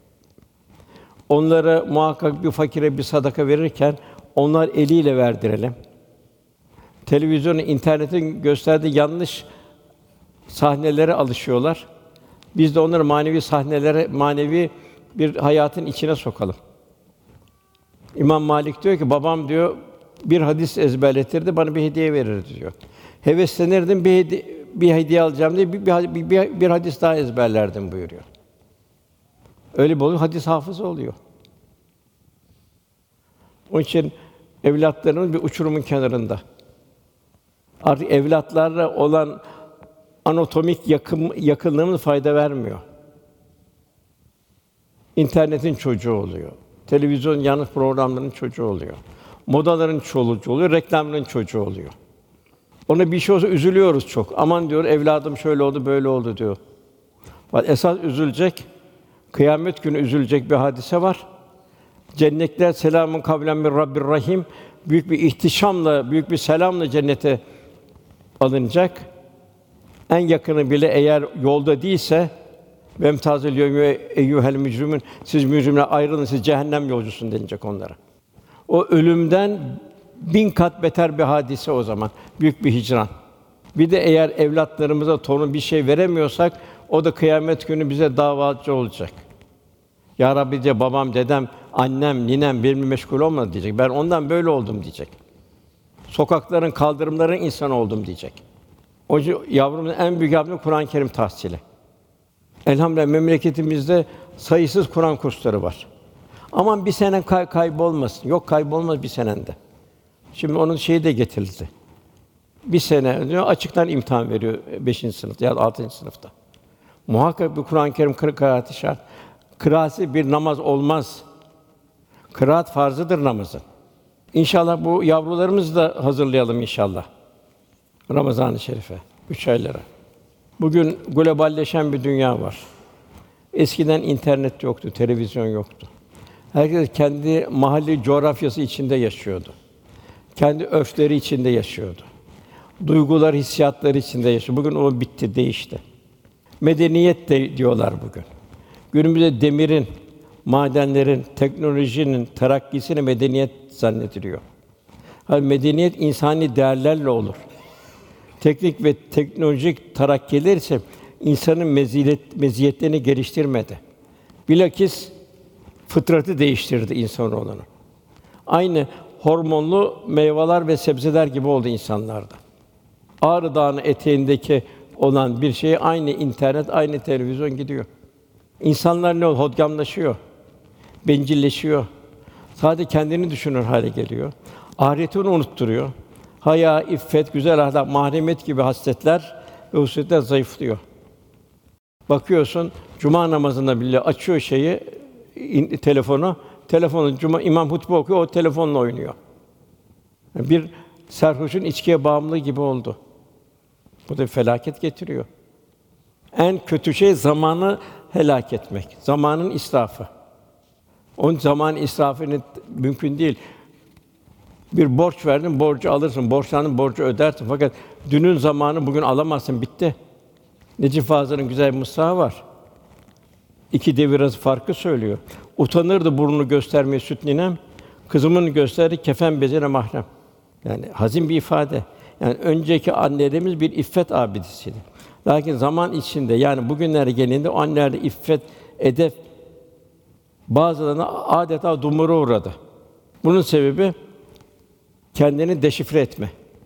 Onlara muhakkak bir fakire bir sadaka verirken onlar eliyle verdirelim. Televizyonun, internetin gösterdiği yanlış sahnelere alışıyorlar. Biz de onları manevi sahnelere, manevi bir hayatın içine sokalım. İmam Malik diyor ki, babam diyor bir hadis ezberletirdi, bana bir hediye verirdi diyor. Heveslenirdim, bir hediye alacağım diye bir hadis daha ezberlerdim buyuruyor. Öyle bir oluyor, hadis hafızı oluyor. Onun için evlatlarımız bir uçurumun kenarında. Artık evlatlarla olan anatomik yakınlığımız fayda vermiyor. İnternetin çocuğu oluyor. Televizyon yanlış programlarının çocuğu oluyor. Modaların çocuğu oluyor, reklamların çocuğu oluyor. Ona bir şey olsa üzülüyoruz çok. Aman diyor, evladım şöyle oldu, böyle oldu diyor. Bak esas üzülecek, kıyamet günü üzülecek bir hadise var. Cennetler selamun kavlen min Rabbir Rahim, büyük bir ihtişamla, büyük bir selamla cennete alınacak. En yakını bile eğer yolda değilse vemtazil yevme eyyuhel mücrimun, siz mücrimler ayrılın, siz cehennem yolcusun denilecek onlara. O ölümden 1000 kat beter bir hadise o zaman. Büyük bir hicran. Bir de eğer evlatlarımıza, torun bir şey veremiyorsak o da kıyamet günü bize davacı olacak. Ya Rabbi diye babam, dedem, annem, ninem benimle meşgul olmadı diyecek. Ben ondan böyle oldum diyecek. Sokakların, kaldırımların insanı oldum diyecek. O yavrumuzun en büyük yardımı Kur'an-ı Kerim tahsili. Elhamdülillah memleketimizde sayısız Kur'an kursları var. Aman bir sene kaybolmasın. Yok, kaybolmaz bir senende. Şimdi onun şeyi de getirildi. Bir sene diyor açıktan imtihan veriyor 5. sınıfta ya da 6. sınıfta. Muhakkak bir Kur'an-ı Kerim kıraatı şart. Kıraatsiz bir namaz olmaz. Kıraat farzıdır namazın. İnşallah bu yavrularımızı da hazırlayalım inşallah. Ramazan-ı Şerif'e, 3 aylara. Bugün globalleşen bir dünya var. Eskiden internet yoktu, televizyon yoktu. Herkes kendi mahalli coğrafyası içinde yaşıyordu. Kendi örfleri içinde yaşıyordu. Duygular, hissiyatları içinde yaşıyordu. Bugün o bitti, değişti. Medeniyet de diyorlar bugün. Günümüzde demirin, madenlerin, teknolojinin terakkisine medeniyet zannediliyor. Medeniyet insani değerlerle olur. Teknik ve teknolojik terakkiler ise insanın meziyetlerini geliştirmedi. Bilakis fıtratı değiştirdi insanoğlunun. Aynı hormonlu meyveler ve sebzeler gibi oldu insanlarda. Ağrı Dağı'nın eteğindeki olan bir şeye aynı internet, aynı televizyon gidiyor. İnsanlar ne oldu? Hodgamlaşıyor, bencilleşiyor. Sadece kendini düşünür hale geliyor. Ahiretini unutturuyor. Haya, iffet, güzel ahlak, mahremiyet gibi hasletler ve hususiyetler zayıflıyor. Bakıyorsun cuma namazında bile açıyor telefonu. Cuma imam hutbe okuyor, o telefonla oynuyor. Bir sarhoşun içkiye bağımlı gibi oldu. Bu da felaket getiriyor. En kötü şey zamanı helak etmek. Zamanın israfı. Onun zaman israfını mümkün değil. Bir borç verdin, borcu alırsın. Borçlandın, borcu ödersin. Fakat dünün zamanı bugün alamazsın, bitti. Necip Fazıl'ın güzel bir mısrağı var. İki devir arası farkı söylüyor. Utanırdı burnunu göstermeye süt ninem, kızımın gösterdi kefen bezine mahrem. Yani hazin bir ifade. Yani önceki annelerimiz bir iffet abidesiydi. Lakin zaman içinde, yani bugünlere gelince o annelerde iffet, edep bazılarına adeta dumura uğradı. Bunun sebebi kendini deşifre etme.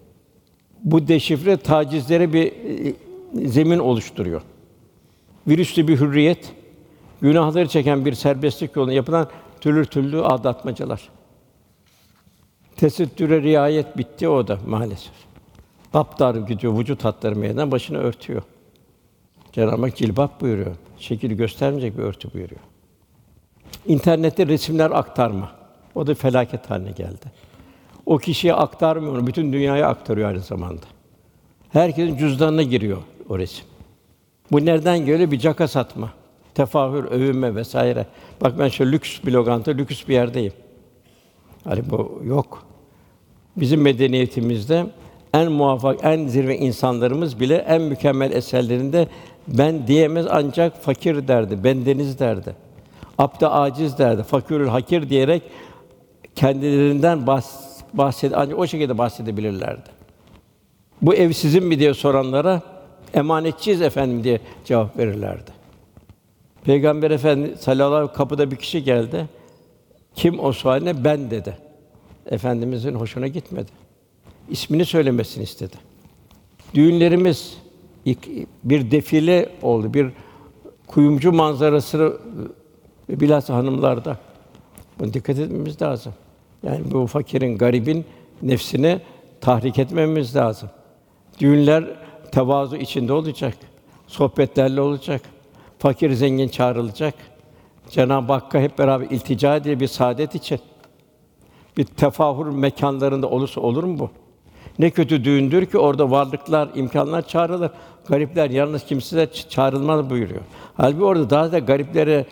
Bu deşifre tacizlere bir zemin oluşturuyor. Virüslü bir hürriyet, günahları çeken bir serbestlik yolunda yapılan türlü aldatmacalar. Tesettüre riayet bitti o da maalesef. Daptar gidiyor vücut hatları meydana, başını örtüyor. Cenab-ı Hak cilbap buyuruyor. Şekil göstermeyecek bir örtü buyuruyor. İnternette resimler aktarma. O da felaket haline geldi. O kişiye aktarmıyor, onu bütün dünyaya aktarıyor aynı zamanda. Herkesin cüzdanına giriyor o resim. Bu nereden geliyor? Bir caka satma, tefahür, övünme vesaire. Bak ben şöyle lüks bir lokanta, lüks bir yerdeyim. Hani bu yok. Bizim medeniyetimizde en muvaffak, en zirve insanlarımız bile en mükemmel eserlerinde ben diyemez ancak fakir derdi, bendeniz derdi. Abd-ı aciz derdi, fakirül hakir diyerek kendilerinden ancak o şekilde bahsedebilirlerdi. Bu ev sizin mi diye soranlara emanetçiyiz efendim diye cevap verirlerdi. Peygamber Efendimiz sallallahu aleyhi ve sellem kapıda bir kişi geldi. Kim o sualine? Ben dedi. Efendimizin hoşuna gitmedi. İsmini söylemesini istedi. Düğünlerimiz bir defile oldu, bir kuyumcu manzarası bilhassa hanımlarda. Buna dikkat etmemiz lazım. Yani bu fakirin, garibin nefsini tahrik etmememiz lazım. Düğünler tevazu içinde olacak, sohbetlerle olacak, fakir zengin çağrılacak. Cenab-ı Hakk'a hep beraber iltica diye bir saadet için bir tefahür mekânlarında olursa olur mu bu? Ne kötü düğündür ki orada varlıklar, imkânlar çağrılır. Garipler yalnız kimseler çağrılmaz buyuruyor. Hâlbuki orada daha da gariplere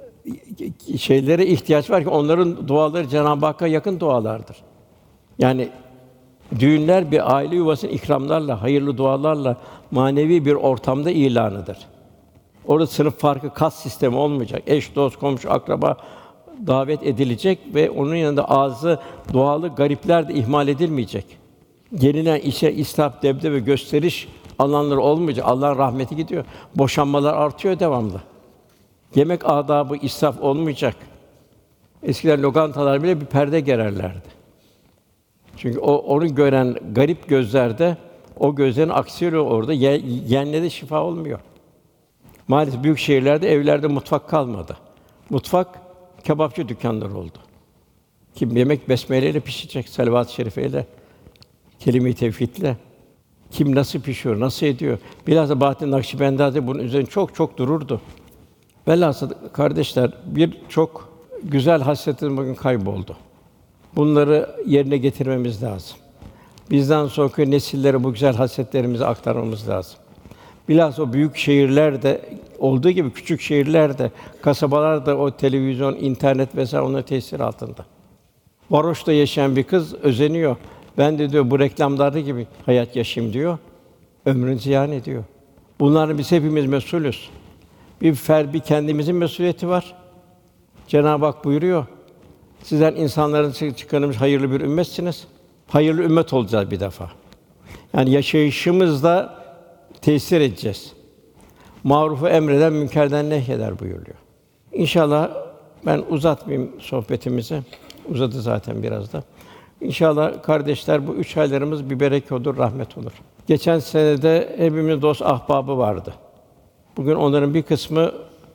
şeylere ihtiyaç var ki onların duaları Cenab-ı Hakk'a yakın dualardır. Yani düğünler bir aile yuvasının ikramlarla, hayırlı dualarla manevi bir ortamda ilanıdır. Orada sınıf farkı, kas sistemi olmayacak. Eş, dost, komşu, akraba davet edilecek ve onun yanında ağzı dualı garipler de ihmal edilmeyecek. Gelinen işe israf, debde ve gösteriş alanları olmayacak. Allah'ın rahmeti gidiyor. Boşanmalar artıyor devamlı. Yemek adabı, israf olmayacak. Eskiden lokantalar bile bir perde gererlerdi. Çünkü onu gören garip gözlerde o gözlerin aksiyonu orada yiyenlere şifa olmuyor. Maalesef büyük şehirlerde evlerde mutfak kalmadı. Mutfak kebapçı dükkanları oldu. Kim yemek besmeleyle pişecek, salavat-ı şerifeyle, kelime-i tevhidle. Kim nasıl pişiyor, nasıl ediyor? Bilhassa Bahattin Nakşibendi Hazretleri bunun üzerine çok dururdu. Velhasıl kardeşler, çok güzel hasletimiz bugün kayboldu. Bunları yerine getirmemiz lazım. Bizden sonraki nesillere bu güzel hasletlerimizi aktarmamız lazım. Bilhassa o büyük şehirlerde olduğu gibi küçük şehirlerde, kasabalarda o televizyon, internet vesaire onların tesiri altında. Varoş'ta yaşayan bir kız özeniyor. Ben de diyor bu reklamlarda gibi hayat yaşayayım diyor. Ömrünü ziyan ediyor. Bunların biz hepimiz mesulüz. Bir kendimizin mesuliyeti var. Cenab-ı Hak buyuruyor. Sizler insanların çıkarılmış hayırlı bir ümmetsiniz. Hayırlı ümmet olacağız bir defa. Yani yaşayışımızla tesir edeceğiz. Marufu emreden, münkerden nehyeder buyuruyor. İnşallah ben uzatmayayım sohbetimizi. Uzadı zaten biraz da. İnşallah kardeşler bu 3 aylarımız bir bereket olur, rahmet olur. Geçen senede hepimizin dost ahbabı vardı. Bugün onların bir kısmı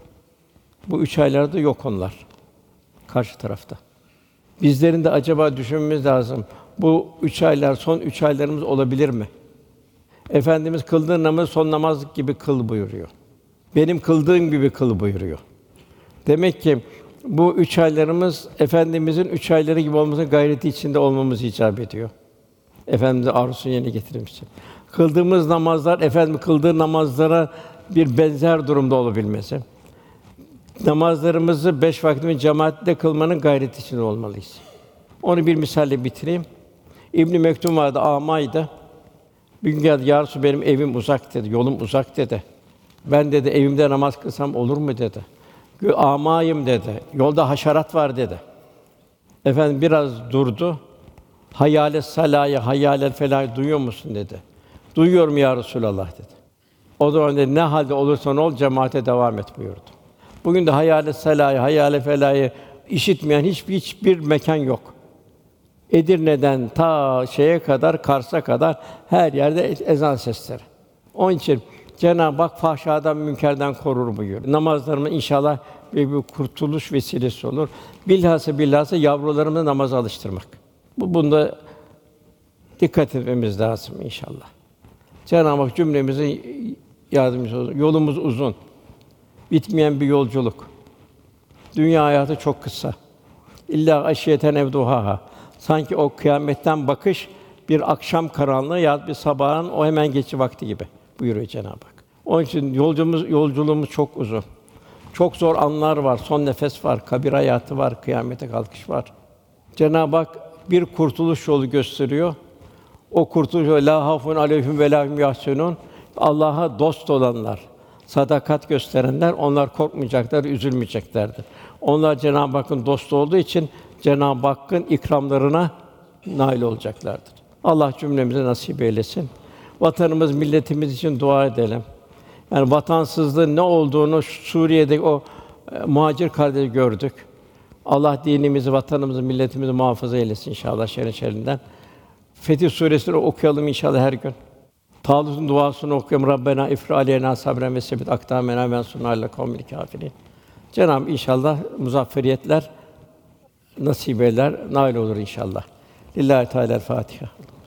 bu 3 aylarda yok onlar. Karşı tarafta. Bizlerin de acaba düşünmemiz lazım. Bu 3 aylar, son 3 aylarımız olabilir mi? Efendimiz kıldığın namazı son namaz gibi kıl buyuruyor. Benim kıldığım gibi kıl buyuruyor. Demek ki bu 3 aylarımız Efendimizin 3 ayları gibi olmasının gayreti içinde olmamız icap ediyor. Efendimiz'in arzusunu yerine getirmek için. Kıldığımız namazlar Efendimiz kıldığı namazlara bir benzer durumda olabilmesi. Namazlarımızı 5 vaktin cemaatle kılmanın gayreti içinde olmalıyız. Onu bir misalle bitireyim. İbn Mektum vardı, âmaydı. Bir gün geldi, "Ya Resulallah, benim evim uzak" dedi, "Yolum uzak" dedi. "Ben" dedi, "evimde namaz kılsam olur mu?" dedi. "Âmayım" dedi. "Yolda haşerat var" dedi. Efendim biraz durdu. "Hayâle salâye, hayâle felâh duyuyor musun?" dedi. "Duyuyorum ya Resulallah" dedi. O zaman dedi, "Ne halde olursan ol, cemaate devam et" buyurdu. Bugün de hayâle salâye, hayâle felâhı işitmeyen hiçbir mekan yok. Edirne'den ta şeye kadar, Kars'a kadar her yerde ezan sesleri. Onun için Cenab-ı Hak fahşadan, münkerden korur buyuruyor. Namazlarımız inşallah bir kurtuluş vesilesi olur. Bilhassa yavrularımızı namaza alıştırmak. Bunda dikkat etmemiz lazım inşallah. Cenab-ı Hak cümlemizin yardımcısı olsun. Yolumuz uzun. Bitmeyen bir yolculuk. Dünya hayatı çok kısa. İlla aşiyeten evduhaha. Sanki o kıyametten bakış bir akşam karanlığı ya bir sabahın o hemen geçi vakti gibi buyuruyor Cenab-ı Hak. Onun için yolculuğumuz çok uzun. Çok zor anlar var, son nefes var, kabir hayatı var, kıyamete kalkış var. Cenab-ı Hak bir kurtuluş yolu gösteriyor. O kurtuluş yolu la hafun aleyhim ve la hum yahsunun. Allah'a dost olanlar, sadakat gösterenler onlar korkmayacaklar, üzülmeyeceklerdir. Onlar Cenab-ı Hakk'ın dostu olduğu için Cenab-ı Hakk'ın ikramlarına nail olacaklardır. Allah cümlemize nasip eylesin. Vatanımız, milletimiz için dua edelim. Yani vatansızlığın ne olduğunu Suriye'de o muhacir kardeşi gördük. Allah dinimizi, vatanımızı, milletimizi muhafaza eylesin inşallah şerrinden. Fetih Sûresini okuyalım inşallah her gün. Talut'un duasını okuyalım. Rabbena ifri aleyna sabren ve sebit akdamena ve ensurna alel kavmil kâfirin. Cenab-ı inşallah muzafferiyetler nasip eder, nail olur inşallah. Lillahi Teala Fatiha.